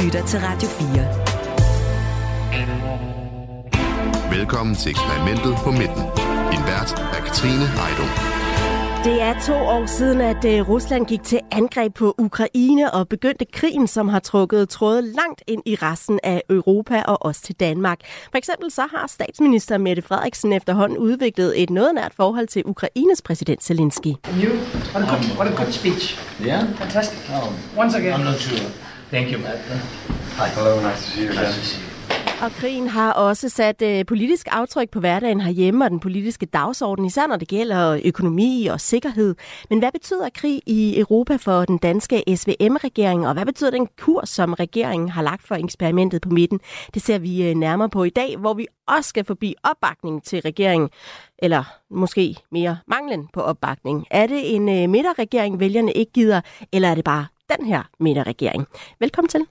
lytter til Radio 4. Velkommen til eksperimentet på midten. Din vært er Katrine Heidung. Det er 2 år siden, at Rusland gik til angreb på Ukraine og begyndte krigen, som har trukket tråde langt ind i resten af Europa og også til Danmark. For eksempel så har statsminister Mette Frederiksen efterhånden udviklet et noget nært forhold til Ukraines præsident Zelensky. What a good speech. Yeah? Fantastic. Once again. I'm not sure. Thank you. Hi. Hello, nice to see you again. Nice to see you. Og krigen har også sat politisk aftryk på hverdagen herhjemme og den politiske dagsorden, især når det gælder økonomi og sikkerhed. Men hvad betyder krig i Europa for den danske SVM-regering, og hvad betyder den kurs, som regeringen har lagt for eksperimentet på midten? Det ser vi nærmere på i dag, hvor vi også skal forbi opbakning til regeringen, eller måske mere manglen på opbakning. Er det en midterregering, vælgerne ikke gider, eller er det bare den her midterregering? Velkommen til.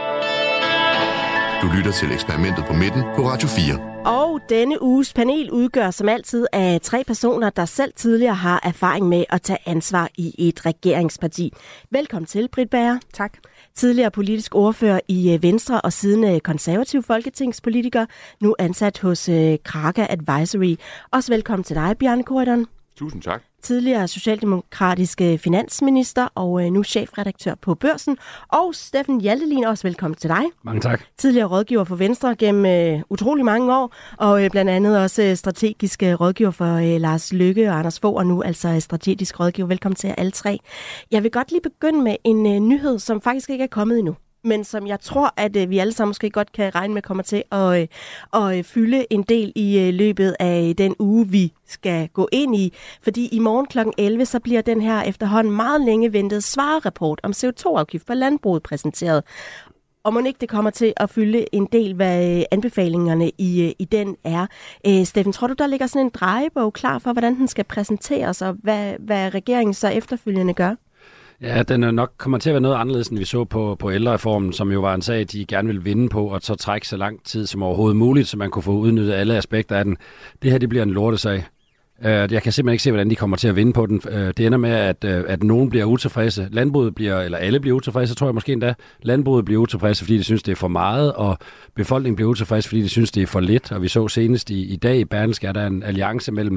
Du lytter til eksperimentet på midten på Radio 4. Og denne uges panel udgør som altid af 3 personer, der selv tidligere har erfaring med at tage ansvar i et regeringsparti. Velkommen til, Britt Bager. Tak. Tidligere politisk ordfører i Venstre og siden konservativ folketingspolitiker, nu ansat hos Kraka Advisory. Også velkommen til dig, Bjarne Corydon. Tusind tak. Tidligere socialdemokratiske finansminister og nu chefredaktør på Børsen. Og Steffen Hjaltelin, også velkommen til dig. Mange tak. Tidligere rådgiver for Venstre gennem utrolig mange år, og blandt andet også strategisk rådgiver for Lars Løkke og Anders Fogh, og nu altså strategisk rådgiver. Velkommen til alle 3. Jeg vil godt lige begynde med en nyhed, som faktisk ikke er kommet endnu, men som jeg tror, at vi alle sammen måske godt kan regne med kommer til at fylde en del i løbet af den uge, vi skal gå ind i. Fordi i morgen kl. 11, så bliver den her efterhånden meget længe ventede svarerapport om CO2-afgift på landbruget præsenteret. Og må ikke det kommer til at fylde en del, hvad anbefalingerne i den er. Steffen, tror du, der ligger sådan en drejebog klar for, hvordan den skal præsenteres, og hvad regeringen så efterfølgende gør? Ja, den nok kommer til at være noget anderledes, end vi så på ældrereformen, som jo var en sag, de gerne ville vinde på, og så trække så lang tid som overhovedet muligt, så man kunne få udnyttet alle aspekter af den. Det her, det bliver en lortesag. Jeg kan simpelthen ikke se, hvordan de kommer til at vinde på den. Det ender med, at nogen bliver utilfredse. Landbruget bliver, eller alle bliver utilfredse, tror jeg måske endda. Landbruget bliver utilfredse, fordi de synes, det er for meget, og befolkningen bliver utilfredse, fordi de synes, det er for lidt. Og vi så senest i dag i Berlingske, er der en alliance mellem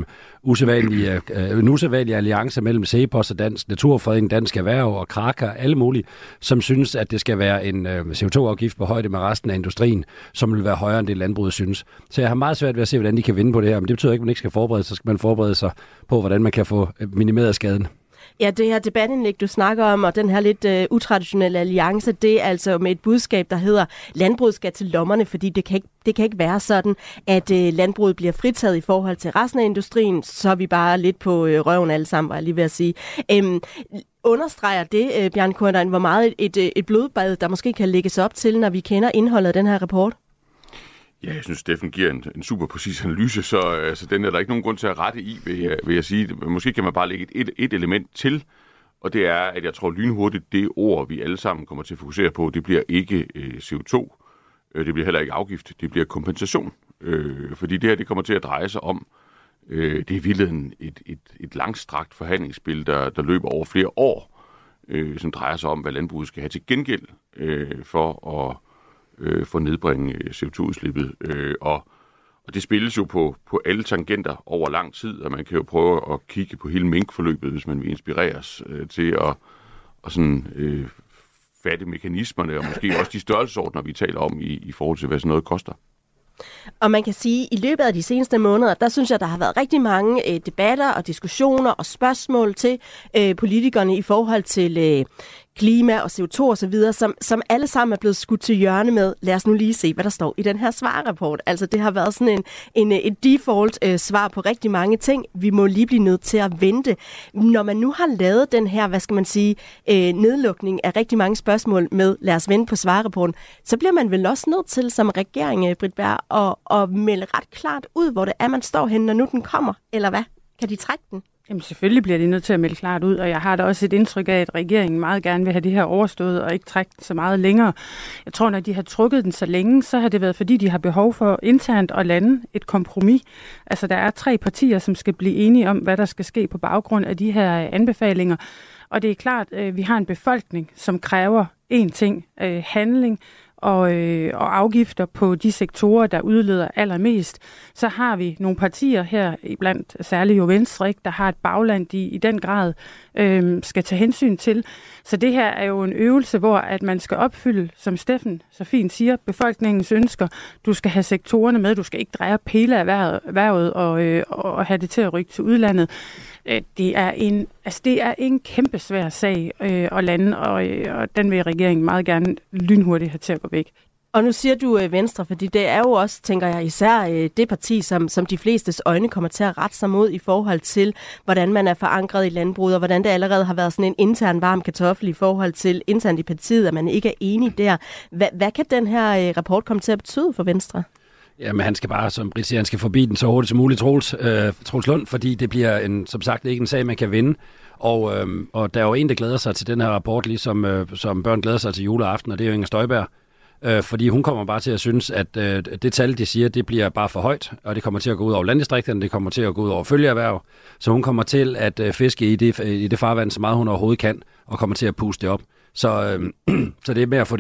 en usædvanlig alliance mellem CEPOS og Dansk Naturfredning, Dansk Erhverv og Kraka, alle mulige, som synes, at det skal være en CO2-afgift på højde med resten af industrien, som vil være højere end det landbruget synes. Så jeg har meget svært ved at se, hvordan de kan vinde på det her, men det betyder ikke, at man ikke skal forberede sig, så skal man forberede sig på, hvordan man kan få minimeret skaden. Ja, det her debatindlæg, du snakker om, og den her lidt utraditionelle alliance, det er altså med et budskab, der hedder, landbruget skal til lommerne, fordi det kan ikke være sådan, at landbruget bliver fritaget i forhold til resten af industrien, så er vi bare lidt på røven alle sammen, var jeg lige ved at sige. Understreger det, Bjarne Corydon, hvor meget et blodbad, der måske kan lægges op til, når vi kender indholdet af den her rapport? Ja, jeg synes, Steffen giver en super præcis analyse, så altså, den er der ikke nogen grund til at rette i, vil jeg sige. Måske kan man bare lægge et element til, og det er, at jeg tror lynhurtigt, det ord, vi alle sammen kommer til at fokusere på, det bliver ikke CO2, det bliver heller ikke afgift, det bliver kompensation. Fordi det her, det kommer til at dreje sig om, det er i virkeligheden et langstrakt forhandlingsspil, der løber over flere år, som drejer sig om, hvad landbruget skal have til gengæld for at nedbringe CO2-udslippet. Og det spilles jo på alle tangenter over lang tid, og man kan jo prøve at kigge på hele minkforløbet, hvis man vil inspireres til at sådan, fatte mekanismerne, og måske også de størrelsesordner, vi taler om i forhold til, hvad sådan noget koster. Og man kan sige, at i løbet af de seneste måneder, der synes jeg, der har været rigtig mange debatter og diskussioner og spørgsmål til politikerne i forhold til klima og CO2 og så videre, som alle sammen er blevet skudt til hjørne med. Lad os nu lige se, hvad der står i den her svarrapport. Altså det har været sådan et default svar på rigtig mange ting. Vi må lige blive nødt til at vente. Når man nu har lavet den her, hvad skal man sige, nedlukning af rigtig mange spørgsmål med, lad os vente på svarrapporten, så bliver man vel også nødt til som regering, Britt Bager, at melde ret klart ud, hvor det er, man står henne, når nu den kommer, eller hvad? Kan de trække den? Jamen selvfølgelig bliver de nødt til at melde klart ud, og jeg har da også et indtryk af, at regeringen meget gerne vil have det her overstået og ikke trække den så meget længere. Jeg tror, når de har trukket den så længe, så har det været, fordi de har behov for internt at lande et kompromis. Altså der er 3 partier, som skal blive enige om, hvad der skal ske på baggrund af de her anbefalinger. Og det er klart, at vi har en befolkning, som kræver én ting, handling. og afgifter på de sektorer, der udleder allermest, så har vi nogle partier her, blandt særligt jo Venstre, der har et bagland, de i den grad skal tage hensyn til. Så det her er jo en øvelse, hvor at man skal opfylde, som Steffen så fint siger, befolkningens ønsker. Du skal have sektorerne med, du skal ikke dreje pæle af erhvervet og have det til at rykke til udlandet. Det er en kæmpe svær sag at lande, og den vil regeringen meget gerne lynhurtigt have til at gå væk. Og nu siger du Venstre, fordi det er jo også, tænker jeg, især det parti, som de flestes øjne kommer til at rette sig mod i forhold til, hvordan man er forankret i landbruget, og hvordan det allerede har været sådan en intern varm kartoffel i forhold til internt i partiet, at man ikke er enig der. Hvad kan den her rapport komme til at betyde for Venstre? Jamen, han skal bare, som Britt siger, han skal forbi den så hurtigt som muligt, Troels Lund, fordi det bliver som sagt ikke en sag, man kan vinde. Og der er jo en, der glæder sig til den her rapport, ligesom som børn glæder sig til juleaften, og det er jo Inger Støjberg. Fordi hun kommer bare til at synes, at det tal, de siger, det bliver bare for højt, og det kommer til at gå ud over landdistrikterne, det kommer til at gå ud over følgeerhverv, så hun kommer til at fiske i det farvand, så meget hun overhovedet kan, og kommer til at puste det op. Så det er med at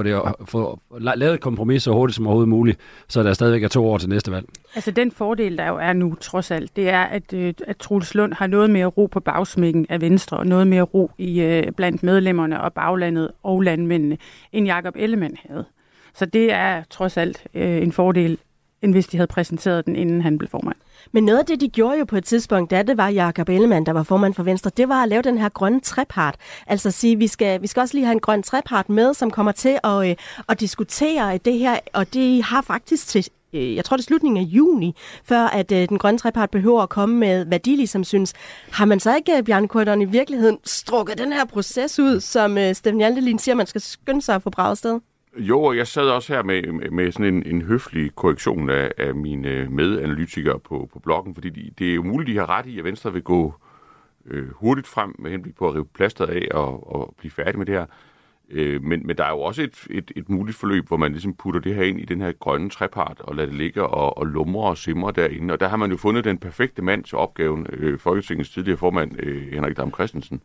få lavet et kompromis så hurtigt som overhovedet muligt, så der stadigvæk er 2 år til næste valg. Altså den fordel, der jo er nu, trods alt, det er, at Troels Lund har noget mere ro på bagsmækken af Venstre, og noget mere ro blandt medlemmerne og baglandet og landmændene, end Jakob Ellemann havde. Så det er trods alt en fordel, end hvis de havde præsenteret den, inden han blev formand. Men noget af det, de gjorde jo på et tidspunkt, da det var Jakob Ellemann, der var formand for Venstre, det var at lave den her grønne trepart. Altså at sige, vi skal også lige have en grøn trepart med, som kommer til at diskutere det her, og det har faktisk til, jeg tror det er slutningen af juni, før at den grønne trepart behøver at komme med, hvad de ligesom synes. Har man så ikke, Bjarne Corydon, i virkeligheden strukket den her proces ud, som Steffen Hjaltelin siger, man skal skynde sig at få braget sted? Jo, og jeg sad også her med sådan en høflig korrektion af mine medanalytikere på bloggen, fordi det er jo muligt, de har ret i, at Venstre vil gå hurtigt frem med henblik på at rive plasteret af og blive færdig med det her. Men der er jo også et muligt forløb, hvor man ligesom putter det her ind i den her grønne trepart og lader det ligge og lumre og simre derinde. Og der har man jo fundet den perfekte mand til opgaven, Folketingets tidligere formand, Henrik Dam Kristensen,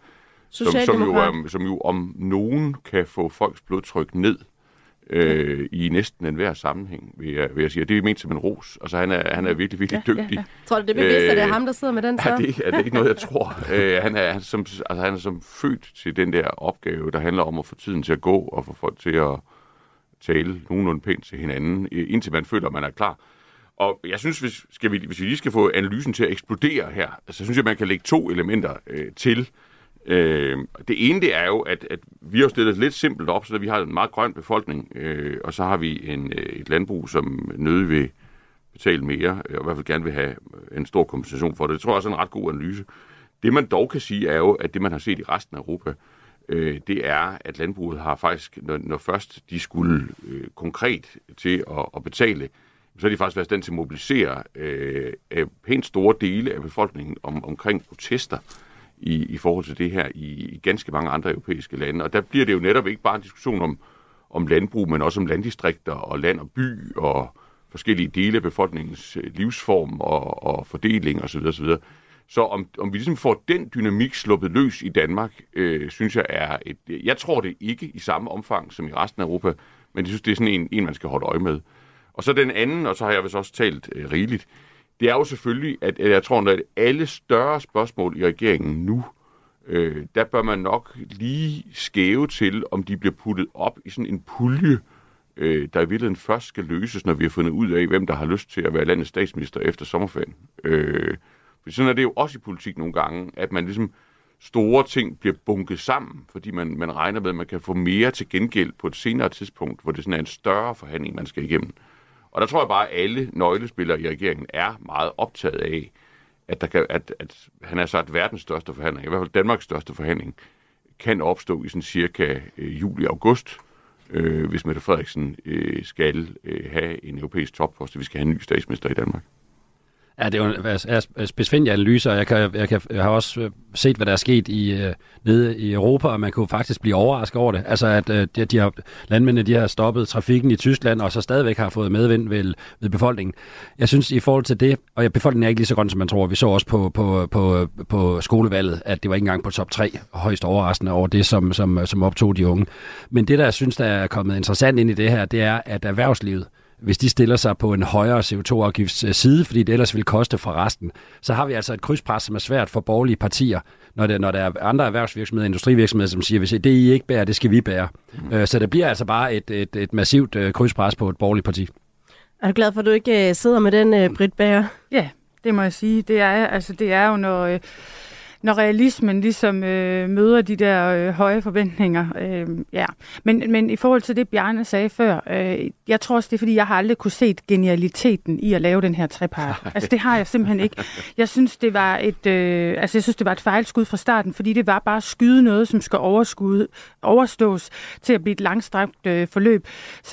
som jo om nogen kan få folks blodtryk ned. I næsten enhver sammenhæng, vil jeg sige. Det er ment som en ros. Altså, han er virkelig, virkelig dygtig. Ja. Tror du, det er bevidst, at det er ham, der sidder med den så? Ja, det er ikke noget, jeg tror. Han er som født til den der opgave, der handler om at få tiden til at gå, og få folk til at tale nogenlunde pænt til hinanden, indtil man føler, at man er klar. Og jeg synes, hvis vi lige skal få analysen til at eksplodere her, så synes jeg, man kan lægge 2 elementer til. Det ene, det er jo, at vi har stillet lidt simpelt op, så vi har en meget grøn befolkning, og så har vi et landbrug, som nødig vil betale mere, og i hvert fald gerne vil have en stor kompensation for det. Det tror jeg også er en ret god analyse. Det, man dog kan sige, er jo, at det, man har set i resten af Europa, det er, at landbruget har faktisk, når først de skulle konkret til at betale, så har de faktisk været i stand til at mobilisere pænt store dele af befolkningen omkring protester, i forhold til det her i ganske mange andre europæiske lande. Og der bliver det jo netop ikke bare en diskussion om landbrug, men også om landdistrikter og land og by og forskellige dele af befolkningens livsform og fordeling osv. osv. Så om vi ligesom får den dynamik sluppet løs i Danmark, synes jeg er jeg tror det ikke i samme omfang som i resten af Europa, men jeg synes, det er sådan en man skal holde øje med. Og så den anden, og så har jeg vist også talt rigeligt, det er jo selvfølgelig, at jeg tror, at alle større spørgsmål i regeringen nu, der bør man nok lige skæve til, om de bliver puttet op i sådan en pulje, der i virkeligheden først skal løses, når vi har fundet ud af, hvem der har lyst til at være landets statsminister efter sommerferien. For sådan er det jo også i politik nogle gange, at man ligesom store ting bliver bunket sammen, fordi man regner med, at man kan få mere til gengæld på et senere tidspunkt, hvor det sådan er en større forhandling, man skal igennem. Og der tror jeg bare, at alle nøglespillere i regeringen er meget optaget af, at han er sagt verdens største forhandling, i hvert fald Danmarks største forhandling, kan opstå i sådan cirka juli-august, hvis Mette Frederiksen skal have en europæisk toppost, vi skal have en ny statsminister i Danmark. Ja, det er jo en spidsfindig analyse, og jeg har også set, hvad der er sket nede i Europa, og man kunne faktisk blive overrasket over det. Altså, at landmændene har stoppet trafikken i Tyskland, og så stadigvæk har fået medvind ved befolkningen. Jeg synes, i forhold til det, og befolkningen er ikke lige så grøn, som man tror. Vi så også på skolevalget, at det var ikke engang på top 3 højst overraskende over det, som optog de unge. Men det, der jeg synes, der er kommet interessant ind i det her, det er, at erhvervslivet, hvis de stiller sig på en højere CO2-afgifts side, fordi det ellers vil koste fra resten, så har vi altså et krydspres, som er svært for borgerlige partier, når der er andre erhvervsvirksomheder, industrivirksomheder, som siger, hvis det I ikke bærer, det skal vi bære. Så der bliver altså bare et massivt krydspres på et borgerligt parti. Er du glad for, at du ikke sidder med den, Britt Bager? Ja, det må jeg sige. Det er jo, når realismen ligesom møder de der høje forventninger. Ja. Men i forhold til det, Bjarne sagde før, jeg tror også, det er, fordi jeg har aldrig kunne set genialiteten i at lave den her trepart. Altså, det har jeg simpelthen ikke. Jeg synes, det var et fejlskud fra starten, fordi det var bare at skyde noget, som skal overstås til at blive et langstrakt forløb.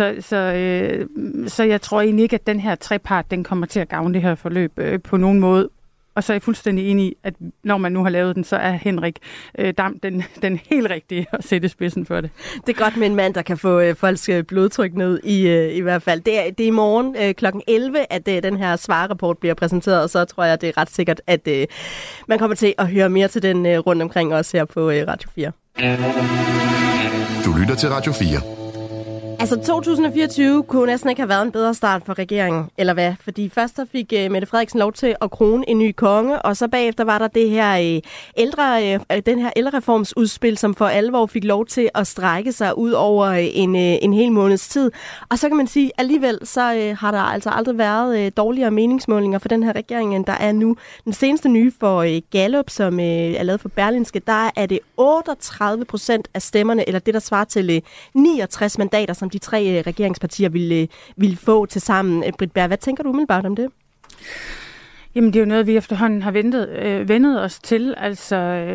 Så jeg tror egentlig ikke, at den her trepart, den kommer til at gavne det her forløb på nogen måde. Og så er jeg fuldstændig enig i, at når man nu har lavet den, så er Henrik Dam den helt rigtige at sætte spidsen for det. Det er godt med en mand, der kan få folks blodtryk ned i hvert fald. Det er i morgen kl. 11, at den her svarerapport bliver præsenteret, og så tror jeg, det er ret sikkert, at man kommer til at høre mere til den rundt omkring os her på Radio 4. Du lytter til Radio 4. Altså 2024 kunne næsten ikke have været en bedre start for regeringen, eller hvad? Fordi først så fik Mette Frederiksen lov til at krone en ny konge, og så bagefter var der det her den her ældrereformsudspil, som for alvor fik lov til at strække sig ud over en hel måneds tid. Og så kan man sige, alligevel så har der altså aldrig været dårligere meningsmålinger for den her regering, end der er nu. Den seneste nye for Gallup, som er lavet for Berlingske, der er det 38% af stemmerne, eller det der svarer til 69 mandater, som de 3 regeringspartier ville få til sammen. Britt Bager, hvad tænker du umiddelbart om det? Jamen, det er jo noget, vi efterhånden har vendet os til. Altså,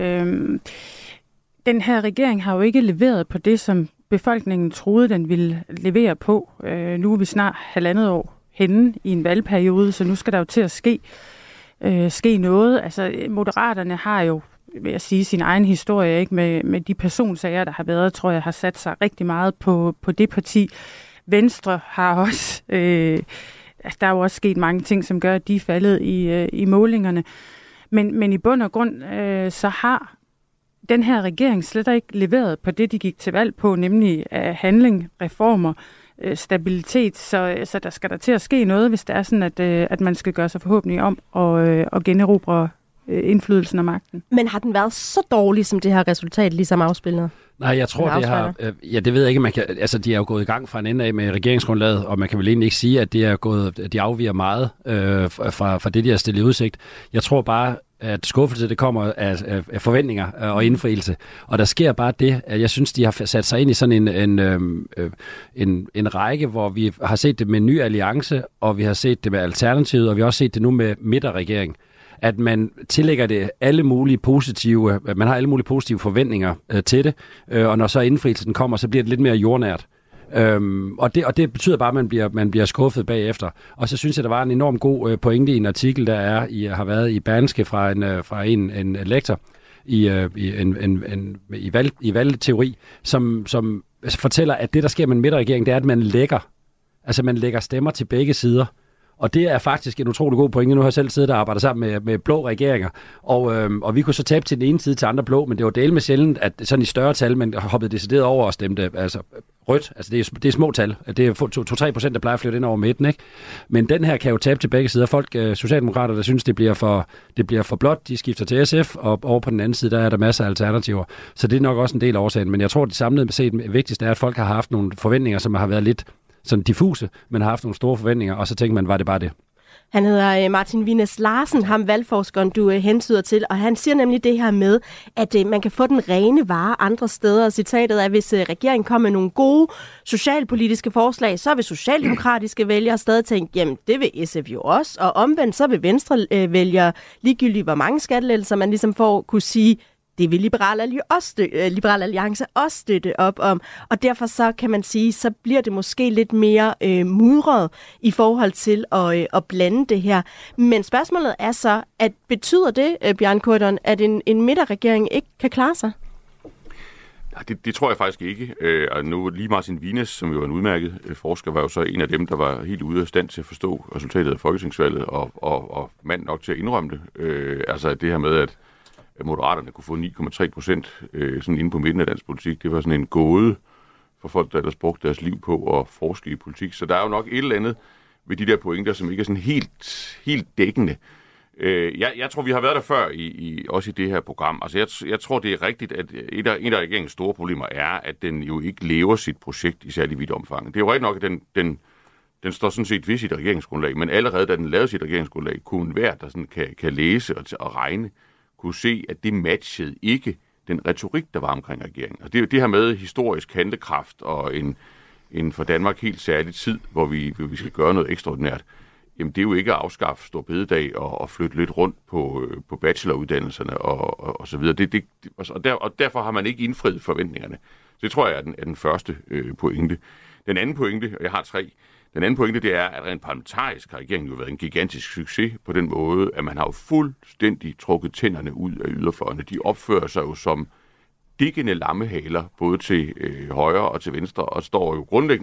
den her regering har jo ikke leveret på det, som befolkningen troede, den ville levere på. Nu er vi snart 1,5 år henne i en valgperiode, så nu skal der jo til at ske noget. Altså, Moderaterne har jo, vil jeg sige, sin egen historie, ikke med de personsager, der har været, tror jeg, har sat sig rigtig meget på det parti. Venstre har også, der er jo også sket mange ting, som gør, at de er faldet i målingerne. Men i bund og grund, så har den her regering slet ikke leveret på det, de gik til valg på, nemlig handling, reformer, stabilitet, så der skal der til at ske noget, hvis det er sådan, at man skal gøre sig forhåbentlig om og generobre indflydelsen og magten. Men har den været så dårlig, som det her resultat ligesom afspillet? Nej, jeg tror, det har... det ved jeg ikke, man kan... Altså, de er jo gået i gang fra en ende af med regeringsgrundlaget, og man kan vel egentlig ikke sige, at de afviger meget fra det, de har stillet i udsigt. Jeg tror bare, at skuffelse, det kommer af forventninger og indfrielse. Og der sker bare det, at jeg synes, de har sat sig ind i sådan en række, hvor vi har set det med en ny alliance, og vi har set det med Alternativet, og vi har også set det nu med midterregering. At man tillægger det alle mulige positive, man har alle mulige positive forventninger til det, og når så indfrielsen kommer, så bliver det lidt mere jordnært. Og det betyder bare, at man bliver skuffet bagefter. Og så synes jeg, der var en enorm god pointe i en artikel, der har været i Berlingske fra en lektor i valgteori, som fortæller, at det, der sker med en midterregering, det er, at man lægger stemmer til begge sider. Og det er faktisk en utrolig god pointe. Nu har jeg selv siddet og arbejdet sammen med blå regeringer, og vi kunne så tabe til den ene side til andre blå, men det var delt med sjældent, at sådan i større tal, man hoppede decideret over og stemte rødt. Altså det er små tal. Det er 2-3%, der plejer at flytte ind over midten, ikke? Men den her kan jo tabe til begge sider. Folk, socialdemokrater, der synes, det bliver for blåt, de skifter til SF, og over på den anden side, der er der masser af alternativer. Så det er nok også en del af årsagen. Men jeg tror, det samlet set vigtigste er, at folk har haft nogle forventninger, som har været lidt sådan diffuse, men har haft nogle store forventninger, og så tænker man, var det bare det? Han hedder Martin Wienes Larsen, ham valgforskeren, du hentyder til, og han siger nemlig det her med, at man kan få den rene vare andre steder. Citatet er, at hvis regeringen kommer med nogle gode socialpolitiske forslag, så vil socialdemokratiske vælgere stadig tænke, jamen det vil SF jo også, og omvendt så vil Venstre vælgere ligegyldigt, hvor mange skattelettelser man ligesom får, kunne sige, Det vil Liberal Alliance også støtte op om, og derfor så kan man sige, så bliver det måske lidt mere mudret i forhold til at blande det her. Men spørgsmålet er så, at betyder det, Bjarne Corydon, at en midterregering ikke kan klare sig? Det tror jeg faktisk ikke. Og nu lige Martin Wienes, som jo er en udmærket forsker, var jo så en af dem, der var helt ude af stand til at forstå resultatet af folketingsvalget, og mand nok til at indrømme det. Altså det her med, at Moderaterne kunne få 9,3% sådan inde på midten af dansk politik, det var sådan en gåde for folk, der ellers brugte deres liv på at forske i politik. Så der er jo nok et eller andet ved de der pointer, som ikke er sådan helt dækkende. Jeg tror, vi har været der før, også i det her program. Altså, jeg tror, det er rigtigt, at en af regeringens store problemer er, at den jo ikke lever sit projekt i særlig vidt omfang. Det er jo rigtigt nok, at den står sådan set ved sit regeringsgrundlag, men allerede da den lavede sit regeringsgrundlag, kunne enhver, der sådan kan læse og regne, kunne se, at det matchede ikke den retorik, der var omkring regeringen. Og det her med historisk handlekraft og en for Danmark helt særlig tid, hvor vi skal gøre noget ekstraordinært, jamen det er jo ikke at afskaffe store bededag og flytte lidt rundt på bacheloruddannelserne og så videre. Og derfor har man ikke indfriet forventningerne. Så det tror jeg er den første pointe. Den anden pointe, og jeg har 3, den anden pointe, det er, at rent parlamentarisk har regeringen jo været en gigantisk succes på den måde, at man har jo fuldstændig trukket tænderne ud af yderfløjene. De opfører sig jo som dikkende lammehaler, både til højre og til venstre, og står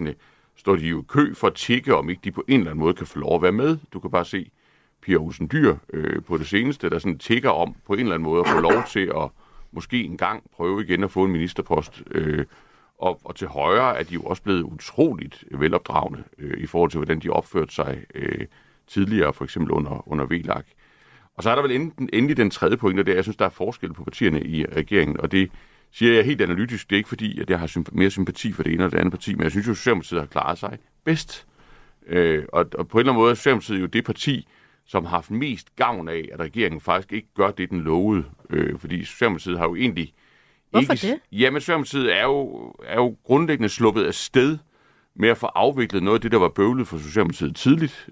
de jo i kø for at tjekke, om ikke de på en eller anden måde kan få lov at være med. Du kan bare se Pia Olsen Dyhr på det seneste, der sådan tjekker om på en eller anden måde at få lov til at måske engang prøve igen at få en ministerpost. Og til højre er de jo også blevet utroligt velopdragende i forhold til, hvordan de opførte sig tidligere, for eksempel under VLAK. Og så er der vel endelig den tredje point, og det er, jeg synes, der er forskel på partierne i regeringen, og det siger jeg helt analytisk. Det er ikke fordi, at jeg har mere sympati for det ene eller det andet parti, men jeg synes jo, at Socialdemokratiet har klaret sig bedst. Og på en eller anden måde er Socialdemokratiet jo det parti, som har haft mest gavn af, at regeringen faktisk ikke gør det, den lovede. Fordi Socialdemokratiet har jo egentlig... Hvorfor det? Jamen, Socialdemokratiet er jo grundlæggende sluppet af sted med at få afviklet noget af det, der var bøvlet for Socialdemokratiet tidligt.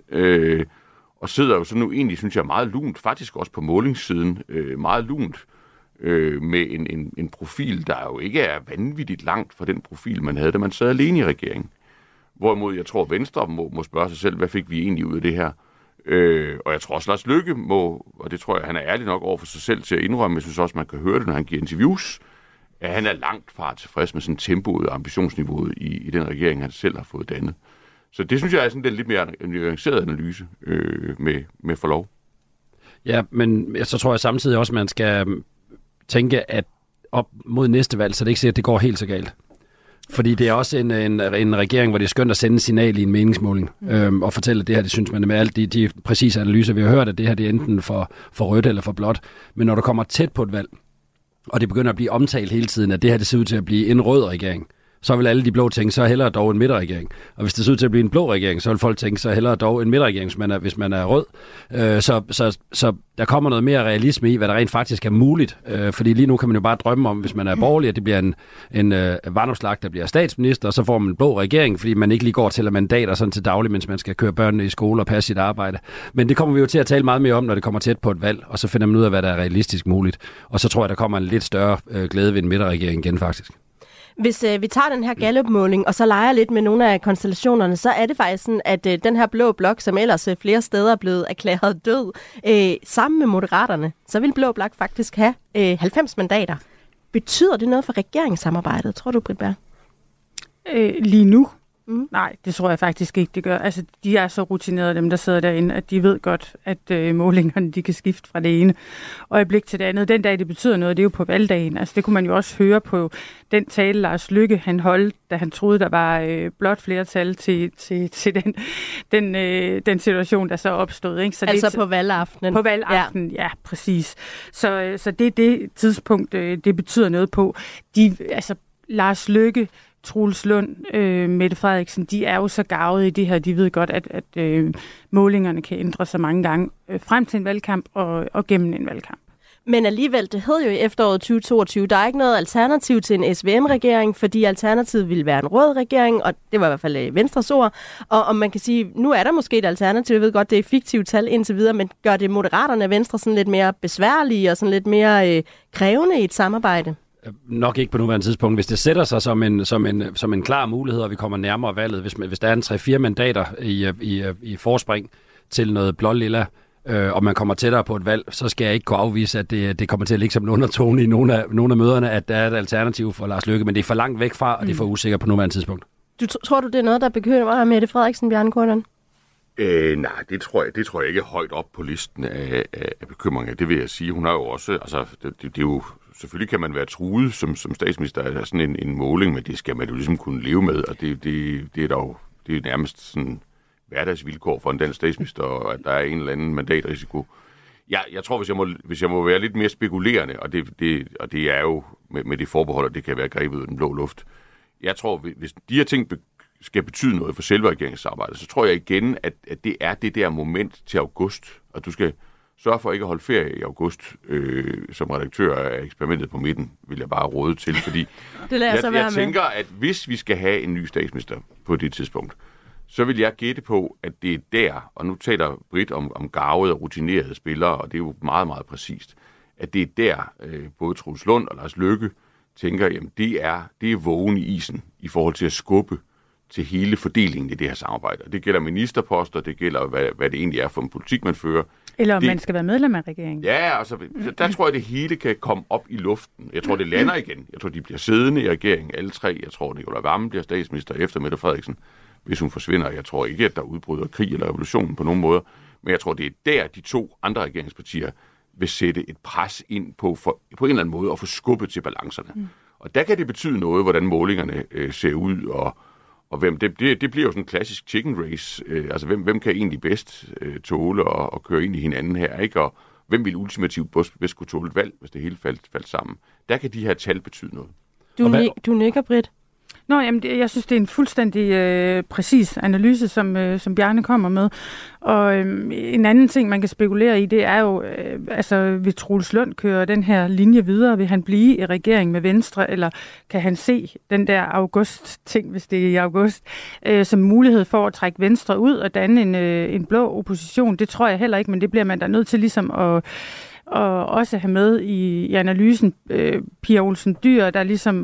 Og sidder jo så nu egentlig, synes jeg, meget lunt, faktisk også på målingssiden, meget lunt, med en profil, der jo ikke er vanvittigt langt fra den profil, man havde, da man sad alene i regeringen. Hvorimod jeg tror, Venstre må spørge sig selv, hvad fik vi egentlig ud af det her? Og jeg tror også, Lars Løkke må, og det tror jeg, han er ærlig nok over for sig selv til at indrømme, jeg synes også, man kan høre det, når han giver interviews, at han er langt fra tilfreds med sådan tempoet og ambitionsniveauet i den regering, han selv har fået dannet. Så det synes jeg er sådan en lidt mere nuanceret analyse med forlov. Ja, men så tror jeg samtidig også, at man skal tænke, at op mod næste valg, så det ikke siger, at det går helt så galt. Fordi det er også en regering, hvor det er skønt at sende et signal i en meningsmåling og fortælle, at det her, det synes man med alle de præcise analyser, vi har hørt, at det her det er enten for rødt eller for blåt. Men når du kommer tæt på et valg, og det begynder at blive omtalt hele tiden, at det her det ser ud til at blive en rød regering, så vil alle de blå tænke, så hellere dog en midterregering. Og hvis det ser ud til at blive en blå regering, så vil folk tænke, så hellere dog en midterregering, hvis man er rød. Så der kommer noget mere realisme i, hvad der rent faktisk er muligt. Fordi lige nu kan man jo bare drømme om, hvis man er borgerlig, at det bliver en Vanopslagh, der bliver statsminister, og så får man en blå regering, fordi man ikke lige går til at mandater sådan til daglig, mens man skal køre børnene i skole og passe sit arbejde. Men det kommer vi jo til at tale meget mere om, når det kommer tæt på et valg, og så finder man ud af, hvad der er realistisk muligt. Og så tror jeg, der kommer en lidt større glæde ved en midterregering igen faktisk. Hvis vi tager den her Gallup-måling, og så leger lidt med nogle af konstellationerne, så er det faktisk sådan, at den her blå blok, som ellers flere steder er blevet erklæret død, sammen med Moderaterne, så vil blå blok faktisk have 90 mandater. Betyder det noget for regeringssamarbejdet, tror du, Britt Bager? Lige nu? Nej, det tror jeg faktisk ikke, det gør. Altså, de er så rutinerede, dem der sidder derinde, at de ved godt, at målingerne de kan skifte fra det ene øjeblik til det andet. Den dag, det betyder noget, det er jo på valgdagen. Altså, det kunne man jo også høre på den tale, Lars Løkke han holdt, da han troede, der var blot flertal til den situation, der så opstod. Ikke? Så altså det, på valgaftenen? På valgaftenen, ja præcis. Så det er det tidspunkt, det betyder noget på. Lars Løkke, Troels Lund, Mette Frederiksen, de er jo så garvede i det her. De ved godt, at målingerne kan ændre sig mange gange frem til en valgkamp og gennem en valgkamp. Men alligevel, det hed jo i efteråret 2022, der er ikke noget alternativ til en SVM-regering, fordi alternativet ville være en rød regering, og det var i hvert fald Venstres ord. Og man kan sige, nu er der måske et alternativ, jeg ved godt, det er fiktivt tal indtil videre, men gør det Moderaterne og Venstre sådan lidt mere besværlige og sådan lidt mere krævende i et samarbejde? Nok ikke på nuværende tidspunkt. Hvis det sætter sig som en klar mulighed, og vi kommer nærmere valget, hvis der er en 3-4 mandater i forspring til noget blå-lilla, og man kommer tættere på et valg, så skal jeg ikke kunne afvise, at det kommer til at ligge som en undertone i nogle af møderne, at der er et alternativ for Lars Løkke, men det er for langt væk fra, og det er for usikkert på nuværende tidspunkt. Tror du, det er noget, der bekymrer Mette Frederiksen, Bjarne Corydon? Nej, det tror jeg ikke er højt op på listen af bekymringer. Det vil jeg sige. Hun har jo også, altså, det er jo, selvfølgelig kan man være truet som statsminister af sådan en måling, men det skal man jo ligesom kunne leve med, og det er nærmest sådan hverdagsvilkår for en dansk statsminister, og at der er en eller anden mandatrisiko. Jeg tror, hvis jeg må være lidt mere spekulerende, og det er jo med det forbehold, at det kan være grebet ud af den blå luft. Jeg tror, hvis de her ting skal betyde noget for selve regeringsarbejdet, så tror jeg igen, at det er det der moment til august, og du skal sørge for ikke at holde ferie i august som redaktør af Eksperimentet på midten, vil jeg bare råde til, fordi jeg tænker, at hvis vi skal have en ny statsminister på det tidspunkt, så vil jeg gætte på, at det er der, og nu taler Britt om garvede og rutinerede spillere, og det er jo meget, meget præcist, at det er der, både Troels Lund og Lars Løkke tænker, jamen det er vågen i isen i forhold til at skubbe til hele fordelingen i det her samarbejde. Det gælder ministerposter, det gælder, hvad det egentlig er for en politik, man fører. Eller om man skal være medlem af regeringen. Ja, altså, der tror jeg, det hele kan komme op i luften. Jeg tror, det lander igen. Jeg tror, de bliver siddende i regeringen, alle tre. Jeg tror, Nicolai Wammen bliver statsminister efter Mette Frederiksen, hvis hun forsvinder. Jeg tror ikke, at der udbryder krig eller revolution på nogen måder. Men jeg tror, det er der, de to andre regeringspartier vil sætte et pres ind på en eller anden måde og få skubbet til balancerne. Og der kan det betyde noget, hvordan målingerne ser ud, og hvem det bliver jo sådan en klassisk chicken race. Altså, hvem kan egentlig bedst tåle at køre ind i hinanden her, ikke? Og hvem vil ultimativt bedst kunne tåle et valg, hvis det hele faldt sammen. Der kan de her tal betyde noget. Du nikker, Britt. Nå, jamen, jeg synes, det er en fuldstændig præcis analyse, som Bjarne kommer med. Og en anden ting, man kan spekulere i, det er jo, vil Troels Lund køre den her linje videre? Vil han blive i regering med Venstre, eller kan han se den der august-ting, hvis det er i august, som mulighed for at trække Venstre ud og danne en blå opposition? Det tror jeg heller ikke, men det bliver man da nødt til ligesom at også have med i analysen. Pia Olsen Dyhr, der ligesom...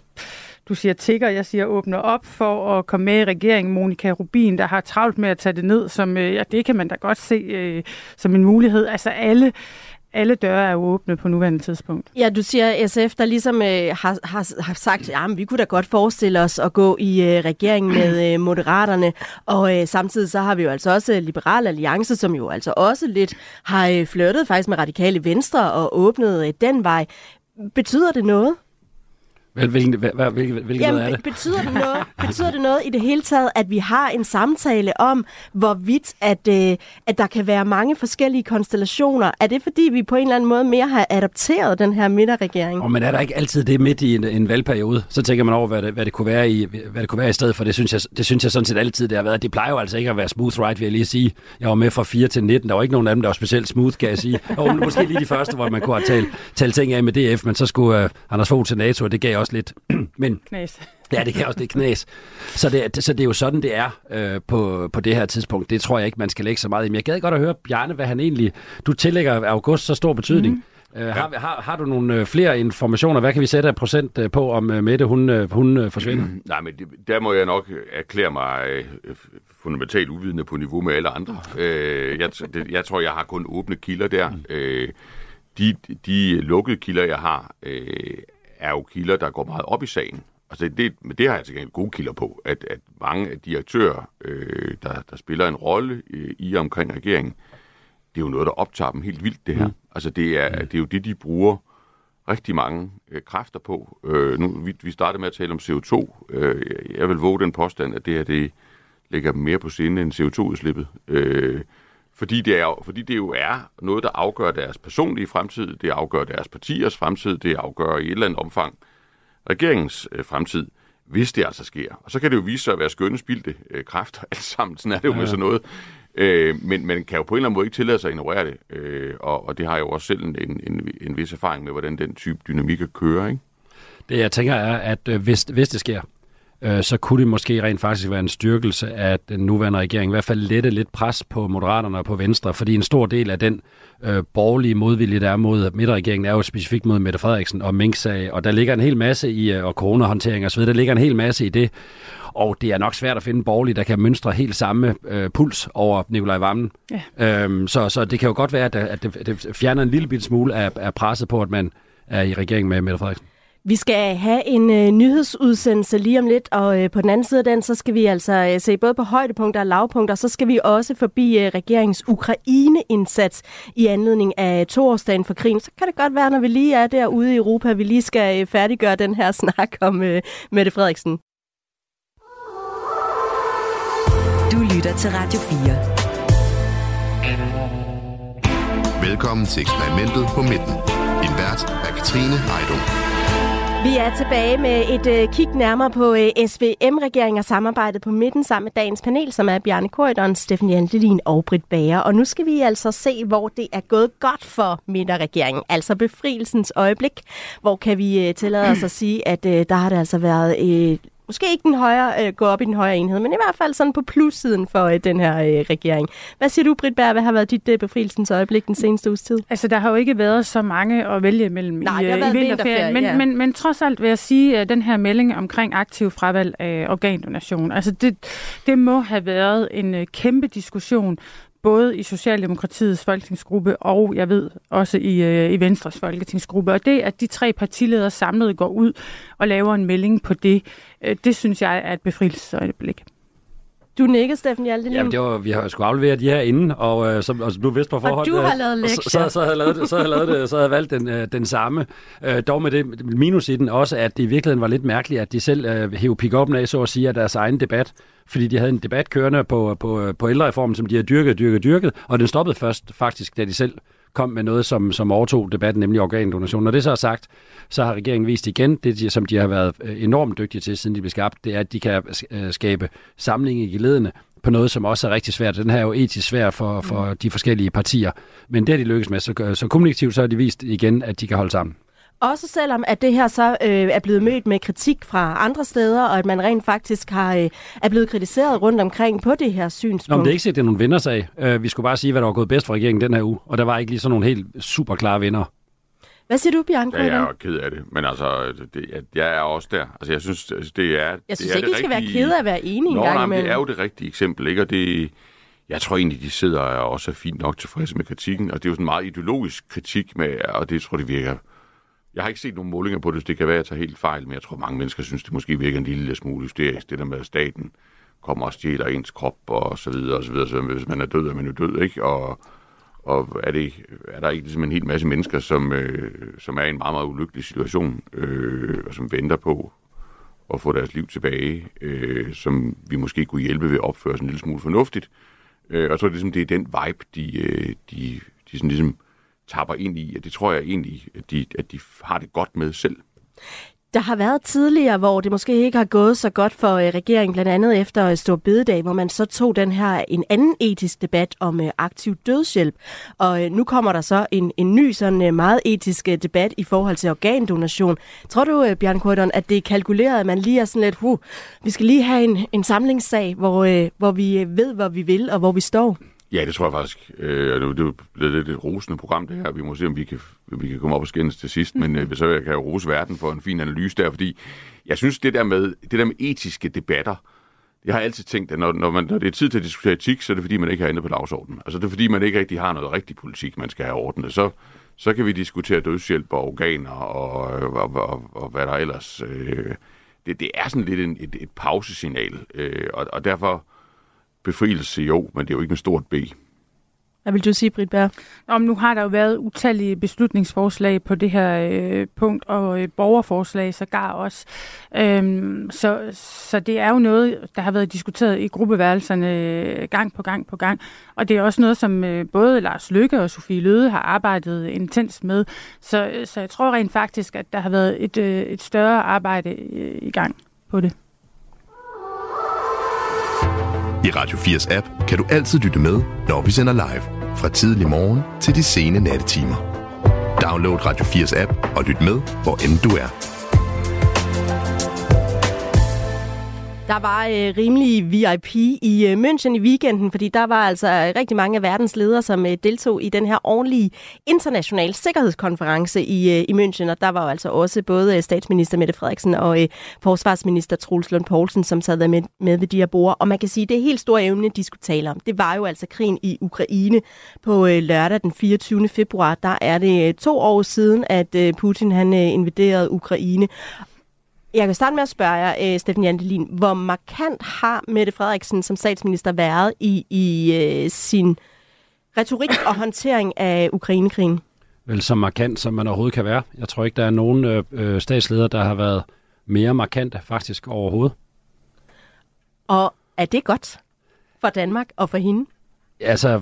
Du siger tigger, jeg siger åbner op for at komme med i regeringen. Monika Rubin, der har travlt med at tage det ned, som det kan man da godt se som en mulighed. Altså alle døre er jo åbne på nuværende tidspunkt. Ja, du siger SF, der ligesom har sagt, at vi kunne da godt forestille os at gå i regering med Moderaterne. Og samtidig så har vi jo altså også Liberal Alliance, som jo altså også lidt har flirtet faktisk med Radikale Venstre og åbnet den vej. Betyder det noget? Hvilken noget er det? Betyder det noget i det hele taget, at vi har en samtale om, hvorvidt at der kan være mange forskellige konstellationer? Er det fordi, vi på en eller anden måde mere har adopteret den her midterregering? Men er der ikke altid det midt i en valgperiode? Så tænker man over, hvad det kunne være i stedet for. Det synes jeg sådan set altid, det har været. Det plejer jo altså ikke at være smooth ride, vil jeg lige sige. Jeg var med fra 4 til 19. Der var ikke nogen af dem, der var specielt smooth, kan jeg sige. Og måske lige de første, hvor man kunne have talt ting af med DF, men så skulle Anders Fogh til NATO, og det gav også lidt. Men knas. Ja, det kan også lidt knas. Så det er jo sådan, det er på det her tidspunkt. Det tror jeg ikke, man skal lægge så meget i. Men jeg gad godt at høre, Bjarne, hvad han egentlig... Du tillægger august så stor betydning. Har du nogle flere informationer? Hvad kan vi sætte af procent på, om Mette hun forsvinder? Nej, men der må jeg nok erklære mig fundamentalt uvidende på niveau med alle andre. Jeg tror, jeg har kun åbne kilder der. De lukkede kilder, jeg har... er jo kilder, der går meget op i sagen. Altså det har jeg til gengæld gode kilder på, at mange af de aktører, der spiller en rolle i omkring regeringen, det er jo noget, der optager dem helt vildt, det her. Altså det er jo det, de bruger rigtig mange kræfter på. Vi startede med at tale om CO2. Jeg vil våge den påstand, at det her, det lægger mere på sinde end CO2-udslippet. Fordi det jo er noget, der afgør deres personlige fremtid, det afgør deres partiers fremtid, det afgør i et eller andet omfang regeringens fremtid, hvis det altså sker. Og så kan det jo vise sig at være skønne spildte kræfter alt sammen. Sådan er det jo med sådan noget. Men man kan jo på en eller anden måde ikke tillade sig at ignorere det, og det har jo også selv en vis erfaring med, hvordan den type dynamikker kører, ikke? Det jeg tænker er, at hvis det sker, så kunne det måske rent faktisk være en styrkelse af den nuværende regering, i hvert fald lette lidt pres på Moderaterne og på Venstre, fordi en stor del af den borgerlige modvilje, der er mod midterregeringen, er jo specifikt mod Mette Frederiksen og Mink-sag, og der ligger en hel masse i, og coronahåndtering og så videre, der ligger en hel masse i det, og det er nok svært at finde en borgerlig, der kan mønstre helt samme puls over Nikolaj Wammen. Ja. Så det kan jo godt være, at det fjerner en lille bit smule af presset på, at man er i regering med Mette Frederiksen. Vi skal have en nyhedsudsendelse lige om lidt, og på den anden side af den, så skal vi altså se både på højdepunkter og lavpunkter, så skal vi også forbi regeringens Ukraine-indsats i anledning af 2-årsdagen for krigen. Så kan det godt være, når vi lige er derude i Europa, vi lige skal færdiggøre den her snak om Mette Frederiksen. Du lytter til Radio 4. Velkommen til eksperimentet på midten. Din vært er Katrine Heidung. Vi er tilbage med et kig nærmere på SVM-regeringen og samarbejdet på midten sammen med dagens panel, som er Bjarne Corydon, Steffen Jandelin og Britt Bager. Og nu skal vi altså se, hvor det er gået godt for midterregeringen, altså befrielsens øjeblik. Hvor kan vi tillade os at sige, at der har det altså været... Måske ikke den højere, gå op i den højere enhed, men i hvert fald sådan på plussiden for den her regering. Hvad siger du, Britt Bager? Hvad har været dit befrielsens øjeblik den seneste uges tid? Altså, der har jo ikke været så mange at vælge imellem i vinterferien, men trods alt vil jeg sige, at den her melding omkring aktiv fravalg af organdonation, altså det må have været en kæmpe diskussion, både i Socialdemokratiets folketingsgruppe og jeg ved også i Venstres folketingsgruppe. Og det, at de 3 partiledere samlet går ud og laver en melding på det, det synes jeg er et befrielsesøjeblik. Du nikker, Steffen Jandelin. Jamen, vi har sgu afleveret de her inden, og som du vidste på forhånd. Og du har lavet lektier. Så havde jeg valgt den samme. Dog med det minus i den også, at det i virkeligheden var lidt mærkeligt, at de selv hævde pick-up'en af, så at sige, af deres egen debat. Fordi de havde en debat kørende på ældrereformen, som de har dyrket, og den stoppede først faktisk, da de selv kom med noget, som overtog debatten, nemlig organdonation. Når det så er sagt, så har regeringen vist igen, det som de har været enormt dygtige til, siden de blev skabt, det er, at de kan skabe samling i geledene på noget, som også er rigtig svært. Den her er jo etisk svær for de forskellige partier, men det har de lykkes med. Så kommunikativt så har de vist igen, at de kan holde sammen. Også selvom, at det her så er blevet mødt med kritik fra andre steder, og at man rent faktisk er blevet kritiseret rundt omkring på det her synspunkt. Nå, men det er ikke set, det er nogen vindersag. Vi skulle bare sige, hvad der var gået bedst for regeringen den her uge, og der var ikke lige sådan nogle helt super klare vinder. Hvad siger du, Bjarne? Ja, jeg er jo ked af det, men altså, jeg er også der. Altså, jeg synes, det er... Jeg synes ikke, I skal være ked af at være enige en gang imellem. Det er jo det rigtige eksempel, ikke? Og det... Jeg tror egentlig, de sidder og også er fint nok tilfredse med kritikken, og det er jo sådan en meget ideologisk kritik med, og det tror det virker... Jeg har ikke set nogen målinger på det, så det kan være, at jeg tager helt fejl, men jeg tror, mange mennesker synes, det måske virker en lille smule hysterisk, det der med, at staten kommer og stjæler ens krop, og så videre, og så videre. Så hvis man er død, er man jo død, ikke? Og er der ikke ligesom en hel masse mennesker, som er i en meget, meget ulykkelig situation, og som venter på at få deres liv tilbage, som vi måske kunne hjælpe ved at opføre sig en lille smule fornuftigt. Og jeg tror, ligesom, det er den vibe, de sådan ligesom tapper ind i, og det tror jeg egentlig, at de har det godt med selv. Der har været tidligere, hvor det måske ikke har gået så godt for regeringen, blandt andet efter Store Bededag, hvor man så tog en anden etisk debat om aktiv dødshjælp. Og nu kommer der så en ny sådan meget etisk debat i forhold til organdonation. Tror du, Bjarne Corydon, at det er kalkuleret, at man lige er sådan lidt, vi skal lige have en samlingssag, hvor vi ved, hvor vi vil og hvor vi står? Ja, det tror jeg faktisk. Det er jo blevet lidt et rosende program, det her. Vi må se, om vi kan komme op og skændes til sidst, men så kan jeg jo rose verden for en fin analyse der, fordi jeg synes, det der med etiske debatter, jeg har altid tænkt, at når det er tid til at diskutere etik, så er det fordi, man ikke har andet på dagsordenen. Altså det er fordi, man ikke rigtig har noget rigtig politik, man skal have ordnet. Så kan vi diskutere dødshjælp og organer og hvad der ellers... Det er sådan lidt et pausesignal, og derfor... Befrielse, jo, men det er jo ikke med stort B. Hvad vil du sige, Britt Bager? Nu har der jo været utallige beslutningsforslag på det her punkt, og borgerforslag sågar også. Så det er jo noget, der har været diskuteret i gruppeværelserne gang på gang. Og det er også noget, som både Lars Løkke og Sofie Løhde har arbejdet intenst med. Så jeg tror rent faktisk, at der har været et større arbejde i gang på det. I Radio 4's app kan du altid lytte med, når vi sender live. Fra tidlig morgen til de sene nattetimer. Download Radio 4's app og lyt med, hvor end du er. Der var rimelig VIP i München i weekenden, fordi der var altså rigtig mange af verdens ledere, som deltog i den her årlige internationale sikkerhedskonference i München. Og der var jo altså også både statsminister Mette Frederiksen og forsvarsminister Troels Lund Poulsen, som sad med ved de her borde. Og man kan sige, at det helt store emne, de skulle tale om, det var jo altså krigen i Ukraine på lørdag den 24. februar. Der er det 2 år siden, at Putin han invaderede Ukraine. Jeg kan starte med at spørge jer, Steffen Jandelin, hvor markant har Mette Frederiksen som statsminister været i sin retorik og håndtering af Ukrainekrigen? Vel så markant, som man overhovedet kan være. Jeg tror ikke, der er nogen statsledere, der har været mere markante faktisk overhovedet. Og er det godt for Danmark og for hende? Altså,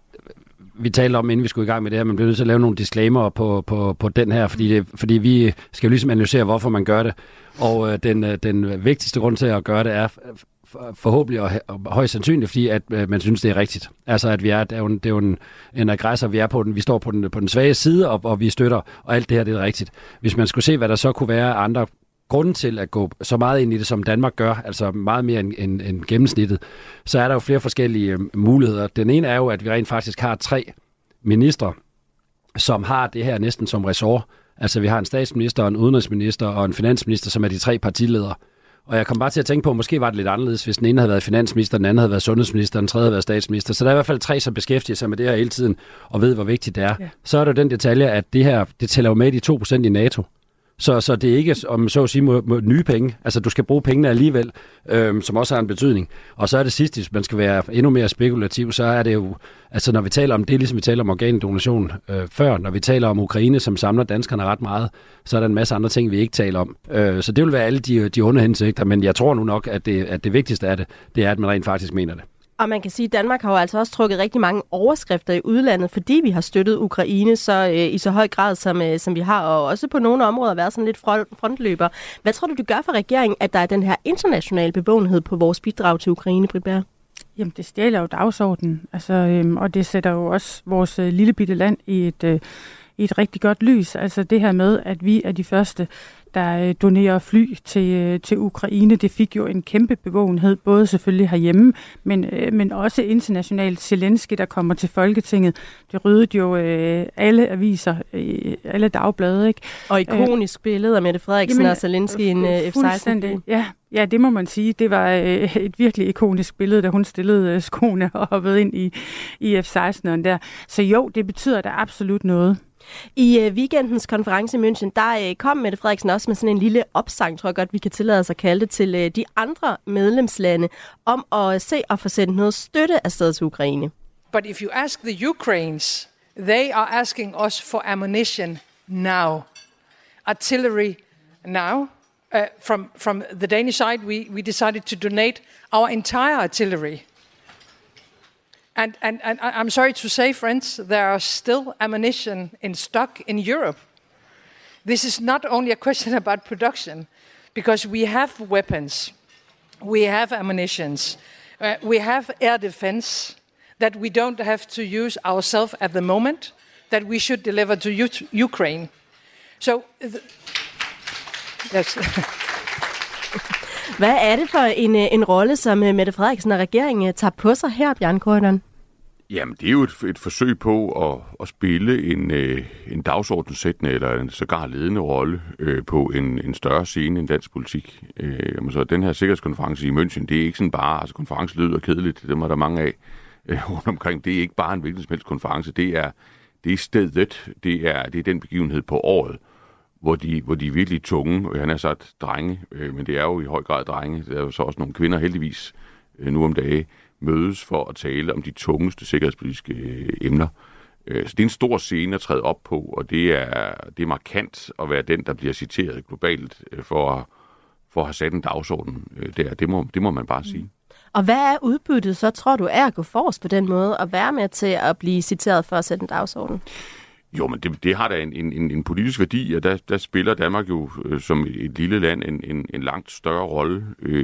vi talte om, inden vi skulle i gang med det her, man bliver nødt til at lave nogle disclaimer på den her, fordi vi skal jo ligesom analysere, hvorfor man gør det. Og den vigtigste grund til at gøre det er forhåbentlig og højst sandsynligt, fordi at man synes, det er rigtigt. Altså, at det er jo en aggressor, vi står på den svage side, og vi støtter, og alt det her, det er rigtigt. Hvis man skulle se, hvad der så kunne være andre grunde til at gå så meget ind i det, som Danmark gør, altså meget mere end gennemsnittet, så er der jo flere forskellige muligheder. Den ene er jo, at vi rent faktisk har 3 ministre, som har det her næsten som ressort. Altså vi har en statsminister, en udenrigsminister og en finansminister, som er de 3 partiledere. Og jeg kom bare til at tænke på, at måske var det lidt anderledes, hvis den ene havde været finansminister, den anden havde været sundhedsminister, den tredje havde været statsminister. Så der er i hvert fald 3, som beskæftiger sig med det her hele tiden, og ved, hvor vigtigt det er. Ja. Så er der den detalje, at det her, det tæller jo med de 2% i NATO. Så det er ikke, om så at sige, nye penge. Altså, du skal bruge pengene alligevel, som også har en betydning. Og så er det sidste, hvis man skal være endnu mere spekulativ, så er det jo, altså når vi taler om det, ligesom vi taler om organdonation før, når vi taler om Ukraine, som samler danskerne ret meget, så er der en masse andre ting, vi ikke taler om. Så det vil være alle de onde hensigter, men jeg tror nu nok, at det vigtigste af det er, at man rent faktisk mener det. Og man kan sige, at Danmark har jo altså også trukket rigtig mange overskrifter i udlandet, fordi vi har støttet Ukraine i så høj grad, som vi har, og også på nogle områder været sådan lidt frontløber. Hvad tror du, det gør for regeringen, at der er den her internationale bevågenhed på vores bidrag til Ukraine, Britt Bager? Jamen, det stjæler jo dagsordenen, og det sætter jo også vores lille bitte land i et rigtig godt lys. Altså det her med, at vi er de første, der donerer fly til Ukraine. Det fik jo en kæmpe bevågenhed, både selvfølgelig herhjemme, men også internationalt. Zelensky, der kommer til Folketinget, det ryddede jo alle aviser, alle dagblade, ikke? Og ikonisk billede af Mette Frederiksen og Zelensky i en F-16. Ja, det må man sige. Det var et virkelig ikonisk billede, da hun stillede skoene og hoppede ind i F-16'eren der. Så jo, det betyder da absolut noget. I weekendens konference i München, der kom Mette Frederiksen også med sådan en lille opsang, tror jeg godt, vi kan tillade os at kalde det, til de andre medlemslande, om at se og få sendt noget støtte afsted til Ukraine. But if you ask the Ukrainians, they are asking us for ammunition now. Artillery now. From the Danish side, we decided to donate our entire artillery. And I'm sorry to say, friends, there are still ammunition in stock in Europe. This is not only a question about production, because we have weapons, we have ammunitions, we have air defense that we don't have to use ourselves at the moment, that we should deliver to Ukraine. So, yes. Hvad er det for en rolle, som Mette Frederiksen og regeringen tager på sig her, Bjarne Corydon? Jamen, det er jo et forsøg på at spille en dagsordenssættende eller en sågar ledende rolle på en større scene end dansk politik. Så den her sikkerhedskonference i München, det er ikke sådan bare, altså konference lyder kedeligt, det var der mange af rundt omkring. Det er ikke bare en hvilken som helst konference, det er stedet, det er den begivenhed på året, hvor de er virkelig tunge, og han har sagt drenge, men det er jo i høj grad drenge, der er jo så også nogle kvinder heldigvis nu om dage, mødes for at tale om de tungeste sikkerhedspolitiske emner. Så det er en stor scene at træde op på, og det er markant at være den, der bliver citeret globalt for at have sat en dagsorden der. Det må man bare sige. Og hvad er udbyttet så, tror du, er at gå forrest på den måde og være med til at blive citeret for at sætte en dagsorden? Jo, men det har da en politisk værdi, og der spiller Danmark jo som et lille land en langt større rolle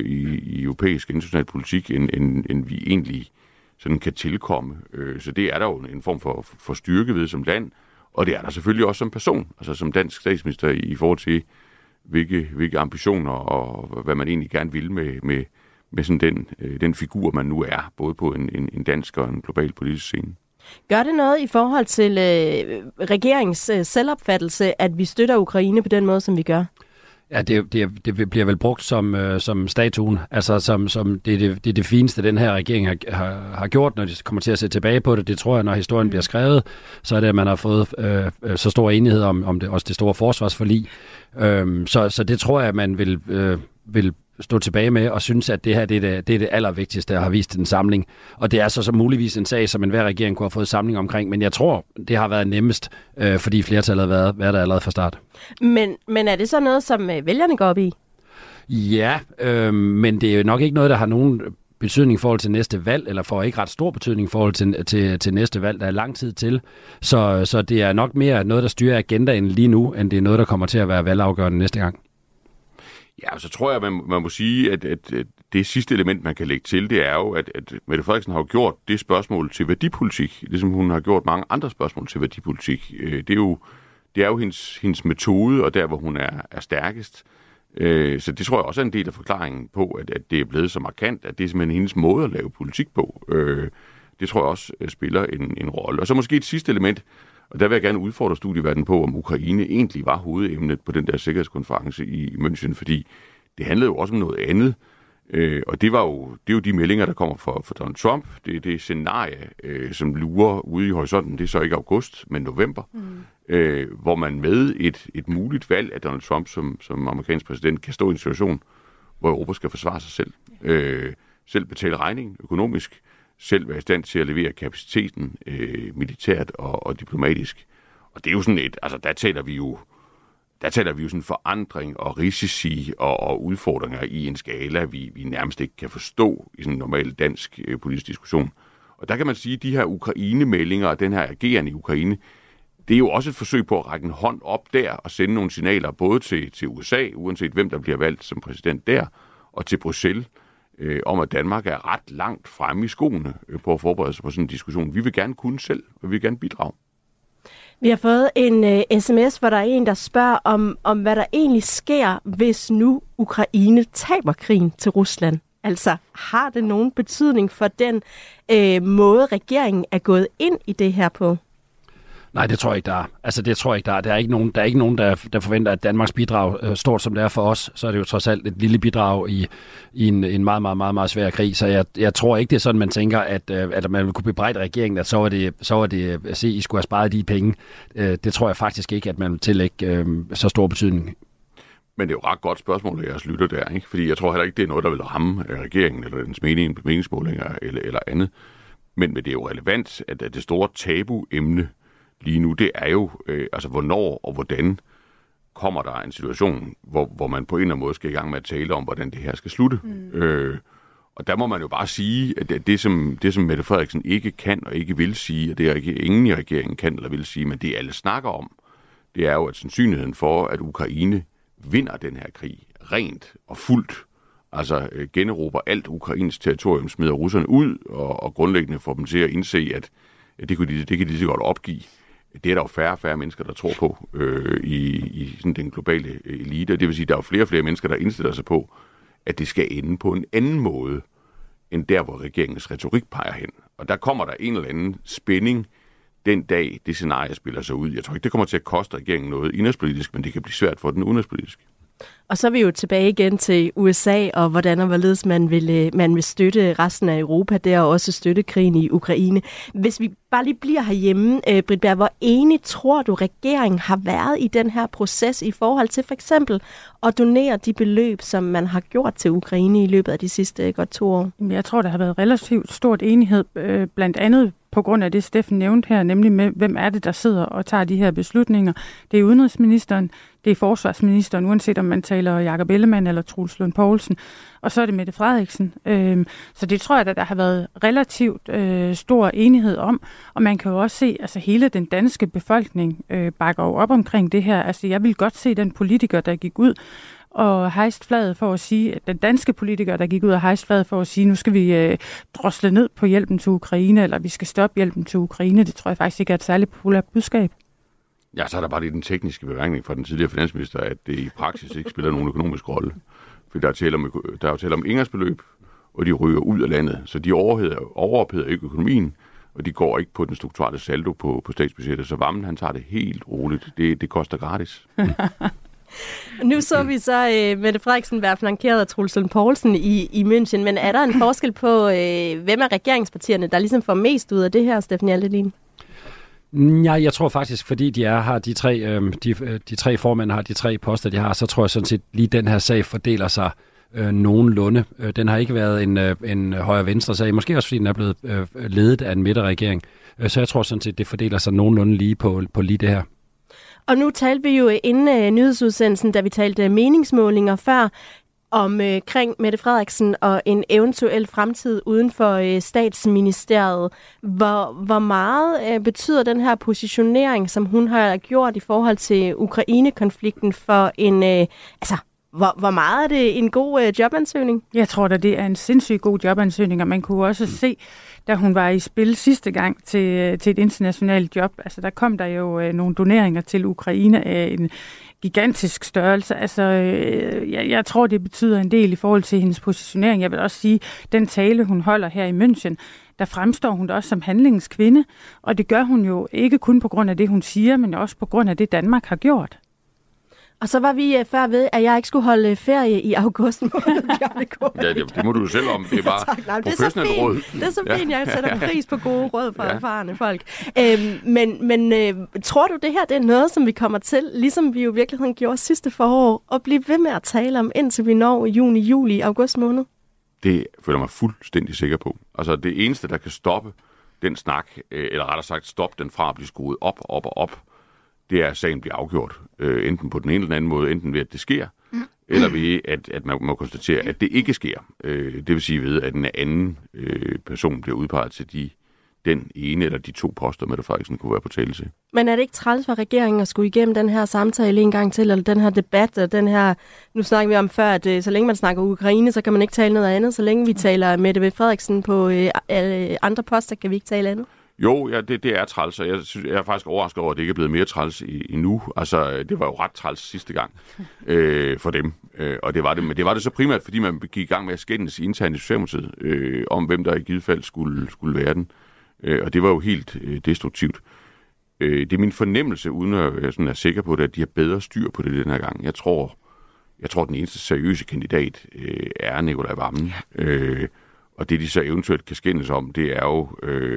i europæisk international politik, end vi egentlig sådan kan tilkomme. Så det er der jo en form for styrke ved som land, og det er der selvfølgelig også som person, altså som dansk statsminister i forhold til, hvilke ambitioner og hvad man egentlig gerne vil med sådan den figur, man nu er, både på en dansk og en global politisk scene. Gør det noget i forhold til regeringens selvopfattelse, at vi støtter Ukraine på den måde, som vi gør? Ja, det bliver vel brugt som statuen, altså som det er det fineste, den her regering har gjort, når de kommer til at se tilbage på det. Det tror jeg, når historien bliver skrevet, så er det, at man har fået så stor enighed om det, også det store forsvarsforlig. Så det tror jeg, at man vil stå tilbage med og synes, at det her det er det allervigtigste, der har vist en samling. Og det er så muligvis en sag, som enhver regering kunne have fået samling omkring, men jeg tror, det har været nemmest, fordi flertallet har været der allerede fra start. Men er det så noget, som vælgerne går op i? Ja, men det er jo nok ikke noget, der har nogen betydning i forhold til næste valg, eller får ikke ret stor betydning i forhold til næste valg. Der er lang tid til. Så det er nok mere noget, der styrer agendaen lige nu, end det er noget, der kommer til at være valgafgørende næste gang. Ja, så tror jeg, man må sige, at det sidste element, man kan lægge til, det er jo, at Mette Frederiksen har jo gjort det spørgsmål til værdipolitik, ligesom hun har gjort mange andre spørgsmål til værdipolitik. Det er jo hendes metode, og der, hvor hun er stærkest. Så det tror jeg også er en del af forklaringen på, at det er blevet så markant, at det er simpelthen hendes måde at lave politik på. Det tror jeg også spiller en rolle. Og så måske et sidste element, og der vil jeg gerne udfordre studieverdenen på, om Ukraine egentlig var hovedemnet på den der sikkerhedskonference i München, fordi det handlede jo også om noget andet. Og det er jo de meldinger, der kommer fra Donald Trump. Det er det scenarie, som lurer ude i horisonten. Det er så ikke august, men november. Hvor man med et muligt valg af Donald Trump som amerikansk præsident kan stå i en situation, hvor Europa skal forsvare sig selv. Selv betale regningen økonomisk. Selv være i stand til at levere kapaciteten militært og diplomatisk. Og det er jo sådan der taler vi jo sådan forandring og risici og udfordringer i en skala, vi nærmest ikke kan forstå i sådan en normal dansk politisk diskussion. Og der kan man sige, at de her Ukraine-meldinger og den her ageren i Ukraine, det er jo også et forsøg på at række en hånd op der og sende nogle signaler både til USA, uanset hvem der bliver valgt som præsident der, og til Bruxelles, om at Danmark er ret langt fremme i skoene på at forberede sig på sådan en diskussion. Vi vil gerne kunne selv, og vi vil gerne bidrage. Vi har fået en sms, hvor der er en, der spørger om hvad der egentlig sker, hvis nu Ukraine taber krigen til Rusland. Altså, har det nogen betydning for den måde, regeringen er gået ind i det her på? Nej, det tror jeg ikke, der er. Altså, det tror jeg ikke, der er. Der er ikke nogen, der forventer, at Danmarks bidrag, stort som det er for os, så er det jo trods alt et lille bidrag i en meget, meget, meget, meget svær krig. Så jeg tror ikke, det er sådan, man tænker, at man vil kunne bebrejde regeringen, at så var det at se, I skulle have sparet de penge. Det tror jeg faktisk ikke, at man vil tillægge så stor betydning. Men det er jo et ret godt spørgsmål, at jeres lytter der, ikke? Fordi jeg tror heller ikke, det er noget, der vil ramme regeringen eller dens meningsmålinger eller andet. Men det er jo relevant, at det store tabuemne lige nu, det er jo, hvornår og hvordan kommer der en situation, hvor man på en eller anden måde skal i gang med at tale om, hvordan det her skal slutte. Og der må man jo bare sige, at det som Mette Frederiksen ikke kan og ikke vil sige, og det er ikke ingen i regeringen kan eller vil sige, men det alle snakker om, det er jo, at sandsynligheden for, at Ukraine vinder den her krig rent og fuldt, altså generober alt Ukrains territorium, smider russerne ud og grundlæggende får dem til at indse, at det kan de så godt opgive. Det er der jo færre og færre mennesker, der tror på i sådan den globale elite. Det vil sige, at der er jo flere og flere mennesker, der indstiller sig på, at det skal ende på en anden måde, end der, hvor regeringens retorik peger hen. Og der kommer der en eller anden spænding den dag, det scenarie spiller sig ud. Jeg tror ikke, det kommer til at koste regeringen noget indenrigspolitisk, men det kan blive svært for den udenrigspolitisk. Og så er vi jo tilbage igen til USA, og hvordan og hvorledes man vil støtte resten af Europa, der og også støtte krigen i Ukraine. Hvis vi bare lige bliver herhjemme, Britt Bager, hvor enig tror du, regeringen har været i den her proces i forhold til for eksempel at donere de beløb, som man har gjort til Ukraine i løbet af de sidste godt 2 år? Jeg tror, der har været relativt stort enighed, blandt andet på grund af det, Steffen nævnte her, nemlig med, hvem er det, der sidder og tager de her beslutninger. Det er udenrigsministeren, Det er forsvarsministeren, uanset om man taler Jakob Ellemann eller Troels Lund Poulsen. Og så er det Mette Frederiksen. Så det tror jeg, at der har været relativt stor enighed om. Og man kan jo også se, altså hele den danske befolkning bakker jo op omkring det her. Altså jeg vil godt se den politiker, der gik ud og hejste flaget for at sige, at den danske politiker, der gik ud og hejste flaget for at sige, nu skal vi drosle ned på hjælpen til Ukraine, eller vi skal stoppe hjælpen til Ukraine. Det tror jeg faktisk ikke er et særligt populært budskab. Ja, så er der bare lige den tekniske beregning fra den tidligere finansminister, at det i praksis ikke spiller nogen økonomisk rolle. For der er jo tale om engangsbeløb, og de ryger ud af landet. Så de overopheder ikke økonomien, og de går ikke på den strukturelle saldo på statsbudgettet. Så Wammen, han tager det helt roligt. Det koster gratis. Nu så vi så Mette Frederiksen være flankeret af Troels Lund Poulsen i München, men er der en forskel på, hvem af regeringspartierne, der ligesom får mest ud af det her, Steffen Hjaltelin? Ja, jeg tror faktisk, fordi de tre formænd har de tre poster, de har, så tror jeg sådan set lige den her sag fordeler sig nogenlunde. Den har ikke været en højre-venstre sag, måske også fordi den er blevet ledet af en midterregering. Så jeg tror sådan set, det fordeler sig nogenlunde lige på lige det her. Og nu talte vi jo inden nyhedsudsendelsen, da vi talte meningsmålinger før, omkring Mette Frederiksen og en eventuel fremtid uden for statsministeriet. Hvor meget betyder den her positionering, som hun har gjort i forhold til Ukraine-konflikten for en... Hvor meget er det en god jobansøgning? Jeg tror da, det er en sindssygt god jobansøgning, og man kunne også se, da hun var i spil sidste gang til et internationalt job, altså der kom der jo nogle doneringer til Ukraine af en gigantisk størrelse. Altså, jeg tror, det betyder en del i forhold til hendes positionering. Jeg vil også sige, den tale, hun holder her i München, der fremstår hun da også som handlingens kvinde, og det gør hun jo ikke kun på grund af det, hun siger, men også på grund af det, Danmark har gjort. Og så var vi før ved, at jeg ikke skulle holde ferie i august måned. Ja, det må du jo selv om. Det er bare professionelt råd. Det er så fint, jeg sætter pris på gode råd fra erfarne folk. Men tror du, det her det er noget, som vi kommer til, ligesom vi jo i virkeligheden gjorde sidste forår, at blive ved med at tale om, indtil vi når juni, juli, august måned? Det føler jeg mig fuldstændig sikker på. Altså det eneste, der kan stoppe den snak, eller rettere sagt stoppe den fra at blive skruet op, det er, at sagen bliver afgjort. Enten på den ene eller den anden måde, enten ved, at det sker, eller ved, at man må konstatere, at det ikke sker. Det vil sige ved, at en anden person bliver udpeget til den ene eller de to poster, Mette Frederiksen kunne være på tale til. Men er det ikke træls for regeringen at skulle igennem den her samtale en gang til, eller den her debat, og den her, nu snakker vi om før, at så længe man snakker Ukraine, så kan man ikke tale noget andet. Så længe vi taler Mette Frederiksen på andre poster, kan vi ikke tale andet. Jo, ja, det er træls, og jeg er faktisk overrasket over, at det ikke er blevet mere træls endnu. Altså, det var jo ret træls sidste gang for dem, og det var det. Men det var det så primært, fordi man gik i gang med at skændes internt i Socialdemokratiet om, hvem der i givet fald skulle være den. Og det var jo helt destruktivt. Det er min fornemmelse, uden at jeg sådan er sikker på det, at de har bedre styr på det den her gang. Jeg tror den eneste seriøse kandidat er Nicolai Wammen. Og det, de så eventuelt kan skændes om, det er jo,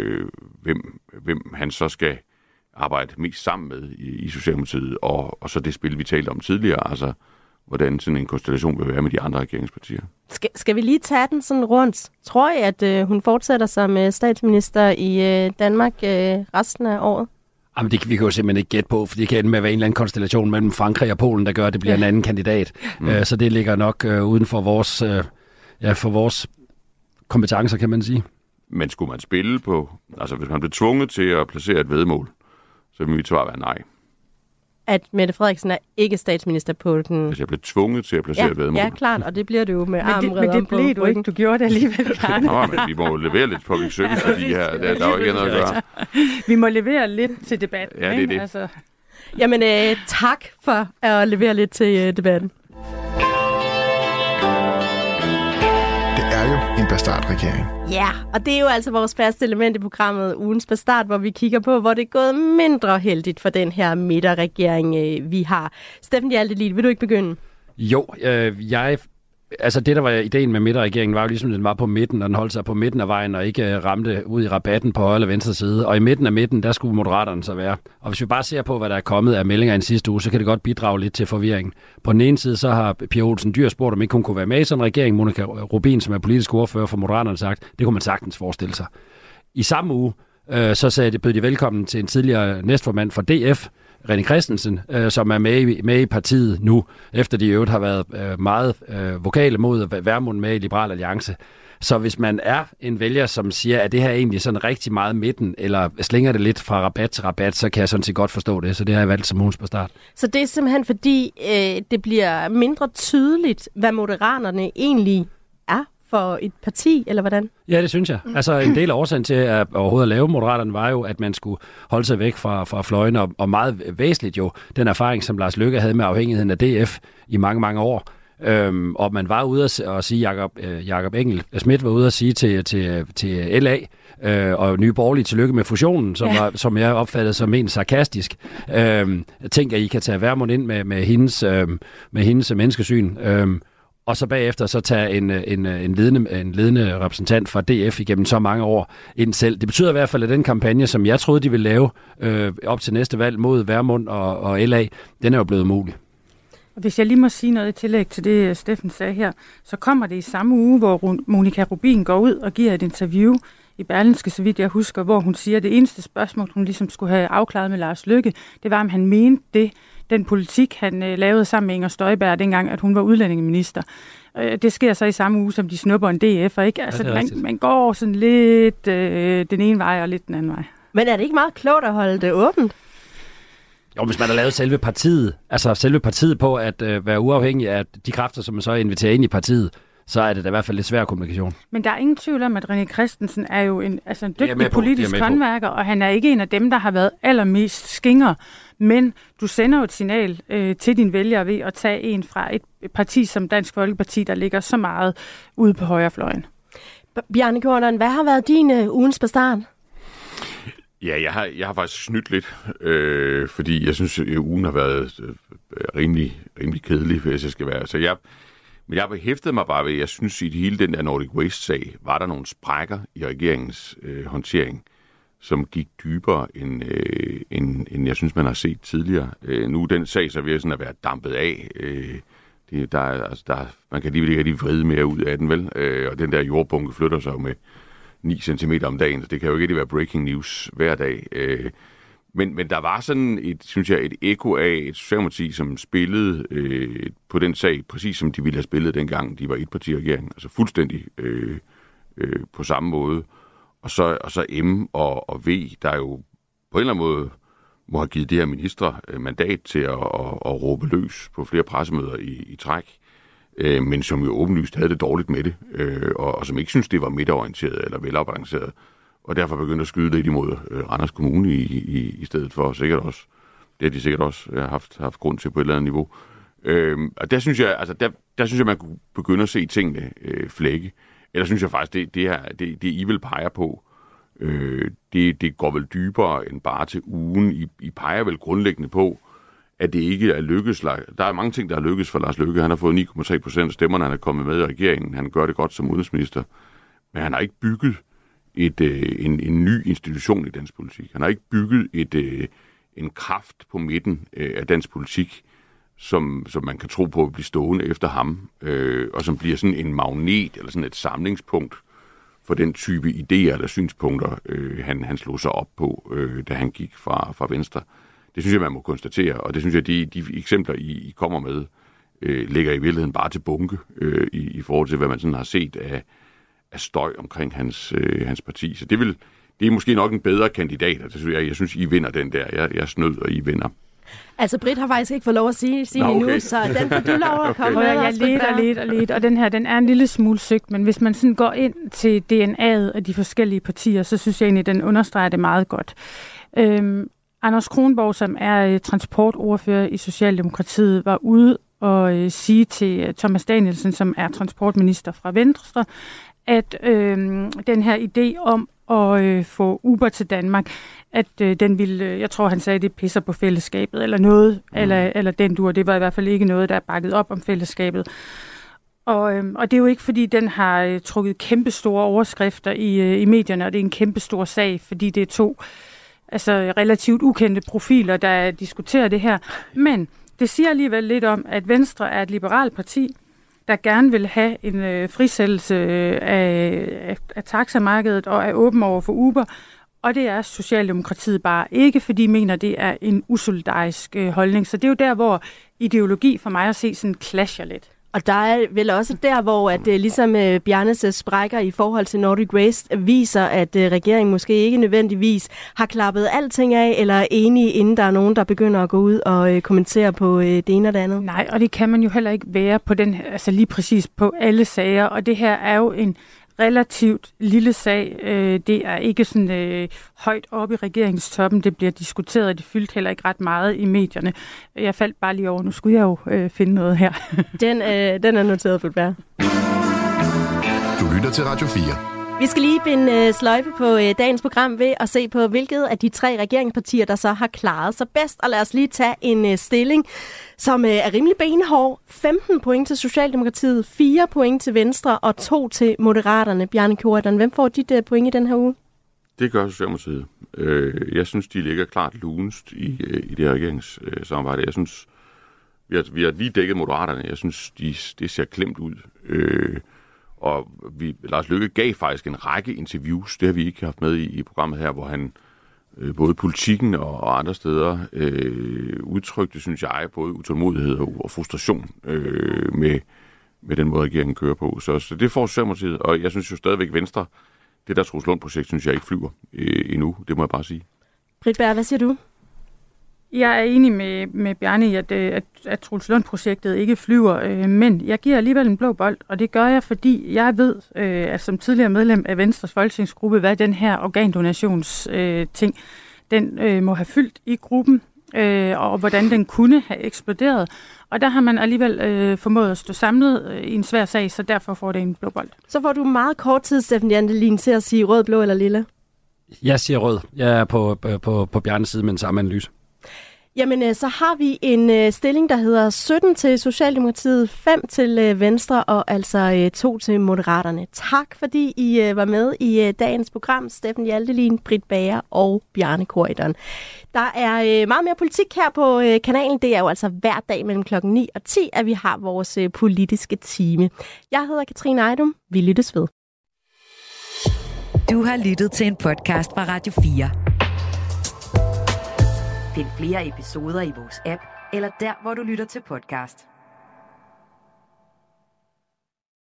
hvem han så skal arbejde mest sammen med i Socialdemokratiet, og så det spil, vi talte om tidligere, altså hvordan sådan en konstellation vil være med de andre regeringspartier. Skal vi lige tage den sådan rundt? Tror I, at hun fortsætter som statsminister i Danmark resten af året? Jamen, det kan vi jo simpelthen ikke gætte på, for det kan ende med at være en eller anden konstellation mellem Frankrig og Polen, der gør, at det bliver en anden kandidat. Så det ligger nok uden for vores kompetencer, kan man sige. Men skulle man spille på... Altså, hvis man blev tvunget til at placere et væddemål, så vil mit svar være nej. At Mette Frederiksen er ikke statsminister på den... Hvis jeg blev tvunget til at placere et væddemål. Ja, klart, og det bliver det jo med armen men det blev du ikke. Du gjorde det alligevel, Karen. Nå, men vi må levere lidt public service, fordi der er jo ikke noget at gøre. Vi må levere lidt til debatten. Ja, det er det. Altså. Jamen, tak for at levere lidt til debatten. Er jo en bastardregering. Ja, og det er jo altså vores faste element i programmet Ugens Bastard, hvor vi kigger på, hvor det er gået mindre heldigt for den her midterregering, vi har. Steffen Hjaltelin, vil du ikke begynde? Jo, altså det, der var ideen med midterregeringen, var jo ligesom, den var på midten, og den holdt sig på midten af vejen, og ikke ramte ud i rabatten på højre eller venstre side. Og i midten af midten, der skulle Moderaterne så være. Og hvis vi bare ser på, hvad der er kommet af meldinger i den sidste uge, så kan det godt bidrage lidt til forvirringen. På den ene side, så har Pia Olsen Dyhr spurgt, om ikke hun kunne være med i sådan en regering. Monika Rubin, som er politisk ordfører for Moderaterne, sagt, det kunne man sagtens forestille sig. I samme uge, så bød de velkommen til en tidligere næstformand for DF, René Christensen, som er med i partiet nu, efter de i øvrigt har været meget vokale mod Vermund med i Liberal Alliance. Så hvis man er en vælger, som siger, at det her er egentlig sådan rigtig meget midten, eller slinger det lidt fra rabat til rabat, så kan jeg sådan set godt forstå det. Så det har jeg valgt som ugens på start. Så det er simpelthen fordi, det bliver mindre tydeligt, hvad Moderaterne egentlig er for et parti, eller hvordan? Ja, det synes jeg. Altså en del af årsagen til at overhovedet lave Moderaterne var jo, at man skulle holde sig væk fra fløjene, og meget væsentligt jo den erfaring, som Lars Løkke havde med afhængigheden af DF i mange, mange år. Og man var ude at sige, Jakob Engel Schmidt var ude at sige til LA og Nye Borgerlige tillykke med fusionen, som jeg opfattede som en sarkastisk. Tænker, I kan tage Vermund ind med hendes menneskesyn. Og så bagefter så tage en ledende repræsentant fra DF igennem så mange år ind selv. Det betyder i hvert fald, at den kampagne, som jeg troede, de ville lave op til næste valg mod Vermund og LA, den er jo blevet umulig. Hvis jeg lige må sige noget i tillæg til det, Steffen sagde her, så kommer det i samme uge, hvor Monika Rubin går ud og giver et interview i Berlingske, så vidt jeg husker, hvor hun siger, at det eneste spørgsmål, hun ligesom skulle have afklaret med Lars Løkke, det var, om han mente den politik, han lavede sammen med Inger Støjberg dengang, at hun var udlændingeminister. Det sker så i samme uge, som de snupper en DF, og ikke? Altså, man går sådan lidt den ene vej og lidt den anden vej. Men er det ikke meget klogt at holde det åbent? Jo, hvis man har lavet selve partiet på at være uafhængig af de kræfter, som man så inviterer ind i partiet, så er det da i hvert fald lidt svær kommunikation. Men der er ingen tvivl om, at René Christensen er jo en dygtig politisk håndværker, og han er ikke en af dem, der har været allermest skinger. Men du sender jo et signal til dine vælgere ved at tage en fra et parti som Dansk Folkeparti, der ligger så meget ude på højrefløjen. Bjarne Corydon, hvad har været din ugens på start? Ja, jeg har faktisk snydt lidt, fordi jeg synes, at ugen har været rimelig kedelig, hvis jeg skal være. Men jeg har hæftet mig bare ved, jeg synes, i hele den der Nordic Waste-sag, var der nogle sprækker i regeringens håndtering, som gik dybere, end jeg synes, man har set tidligere. Nu den sag, så vil sådan at være dampet af. Man kan lige rigtig vride mere ud af den, vel? Og den der jordbunke flytter sig jo med 9 cm om dagen, så det kan jo ikke være breaking news hver dag. Men der var sådan et ekko af et Socialdemokrati, som spillede på den sag, præcis som de ville have spillet dengang, de var etpartiregering. Altså fuldstændig på samme måde. Og så M og V, der jo på en eller anden måde må have givet det her ministre mandat til at råbe løs på flere pressemøder i træk, men som jo åbenlyst havde det dårligt med det, og som ikke synes det var midterorienteret eller velafbalanceret, og derfor begyndte at skyde lidt imod Randers Kommune i stedet for sikkert også. Det har de sikkert også haft grund til på et eller andet niveau. Og der synes jeg, man kunne begynde at se tingene flække. Eller synes jeg faktisk, det I vil pege på, det går vel dybere end bare til ugen. I peger vel grundlæggende på, at det ikke er lykkes. Der er mange ting, der er lykkes for Lars Løkke. Han har fået 9,3% stemmerne, han er kommet med i regeringen. Han gør det godt som udenrigsminister. Men han har ikke bygget en ny institution i dansk politik. Han har ikke bygget en kraft på midten af dansk politik, som man kan tro på at blive stående efter ham, og som bliver sådan en magnet eller sådan et samlingspunkt for den type idéer eller synspunkter, han slog sig op på, da han gik fra Venstre. Det synes jeg, man må konstatere, og det synes jeg, de eksempler, I kommer med, ligger i virkeligheden bare til bunke i forhold til, hvad man sådan har set af støj omkring hans parti. Så det er måske nok en bedre kandidat. Jeg synes, I vinder den der. Jeg snød, og I vinder. Altså, Britt har faktisk ikke fået lov at sige endnu, så den får du lov at komme med. Jeg lidt, og den her, den er en lille smule søgt, men hvis man sådan går ind til DNA'et af de forskellige partier, så synes jeg egentlig, den understreger det meget godt. Anders Kronborg, som er transportordfører i Socialdemokratiet, var ude og sige til Thomas Danielsen, som er transportminister fra Venstre, at den her idé om at få Uber til Danmark, at den ville, jeg tror han sagde, det pisser på fællesskabet, eller noget, eller den dur. Det var i hvert fald ikke noget, der er bakket op om fællesskabet. Og det er jo ikke, fordi den har trukket kæmpestore overskrifter i medierne, og det er en kæmpestor sag, fordi det er to relativt ukendte profiler, der diskuterer det her. Men det siger alligevel lidt om, at Venstre er et liberalt parti, der gerne vil have en frisættelse af taxamarkedet og er åben over for Uber. og det er Socialdemokratiet bare ikke, fordi de mener, det er en usolidarisk holdning. Så det er jo der, hvor ideologi for mig at se sådan clasher lidt. Og der er vel også der, hvor at, ligesom Bjarnes sprækker i forhold til Nordic Waste viser, at regeringen måske ikke nødvendigvis har klappet alting af, eller er enige, inden der er nogen, der begynder at gå ud og kommentere på det ene og det andet. Nej, og det kan man jo heller ikke være på den, altså lige præcis på alle sager, og det her er jo en relativt lille sag. Det er ikke sådan højt oppe i regeringstoppen. Det bliver diskuteret, det fyldte heller ikke ret meget i medierne. Jeg faldt bare lige over. Nu skulle jeg jo finde noget her. Den er noteret på det. Du lytter til Radio 4. Vi skal lige binde sløjfe på dagens program ved at se på, hvilket af de 3 regeringspartier, der så har klaret sig bedst. Og lad os lige tage en stilling, som er rimelig benhård. 15 point til Socialdemokratiet, 4 point til Venstre og 2 til Moderaterne. Bjarne Corydon, hvem får dit point i den her uge? Det gør Socialdemokratiet. Jeg synes, de ligger klart lunest i det her regeringssamarbejde. Jeg synes, vi har lige dækket Moderaterne. Jeg synes, det ser klemt ud. Og Lars Løkke gav faktisk en række interviews, det har vi ikke haft med i programmet her, hvor han både Politikken og andre steder udtrykte, synes jeg, både utålmodighed og frustration med den måde, regeringen kører på. Så det får Socialdemokratiet, og jeg synes jo stadigvæk Venstre, det der Troels Lund-projekt, synes jeg ikke flyver endnu, det må jeg bare sige. Britt Bager, hvad siger du? Jeg er enig med Bjarne i, at Troels Lund-projektet ikke flyver, men jeg giver alligevel en blå bold, og det gør jeg, fordi jeg ved, at som tidligere medlem af Venstres folketingsgruppe, hvad den her organdonations-ting, den må have fyldt i gruppen, og hvordan den kunne have eksploderet. Og der har man alligevel formået at stå samlet i en svær sag, så derfor får det en blå bold. Så får du meget kort tid, Steffen Jantelin, til at sige rød, blå eller lilla. Jeg siger rød. Jeg er på Bjarnes side med en samme analyse. Jamen, så har vi en stilling, der hedder 17 til Socialdemokratiet, 5 til Venstre og altså 2 til Moderaterne. Tak, fordi I var med i dagens program. Steffen Jantelin, Britt Bager og Bjarne Corydon. Der er meget mere politik her på kanalen. Det er jo altså hver dag mellem klokken 9 og 10, at vi har vores politiske time. Jeg hedder Katrine Ejdum. Vi lyttes ved. Du har lyttet til en podcast fra Radio 4. Find flere episoder i vores app, eller der, hvor du lytter til podcast.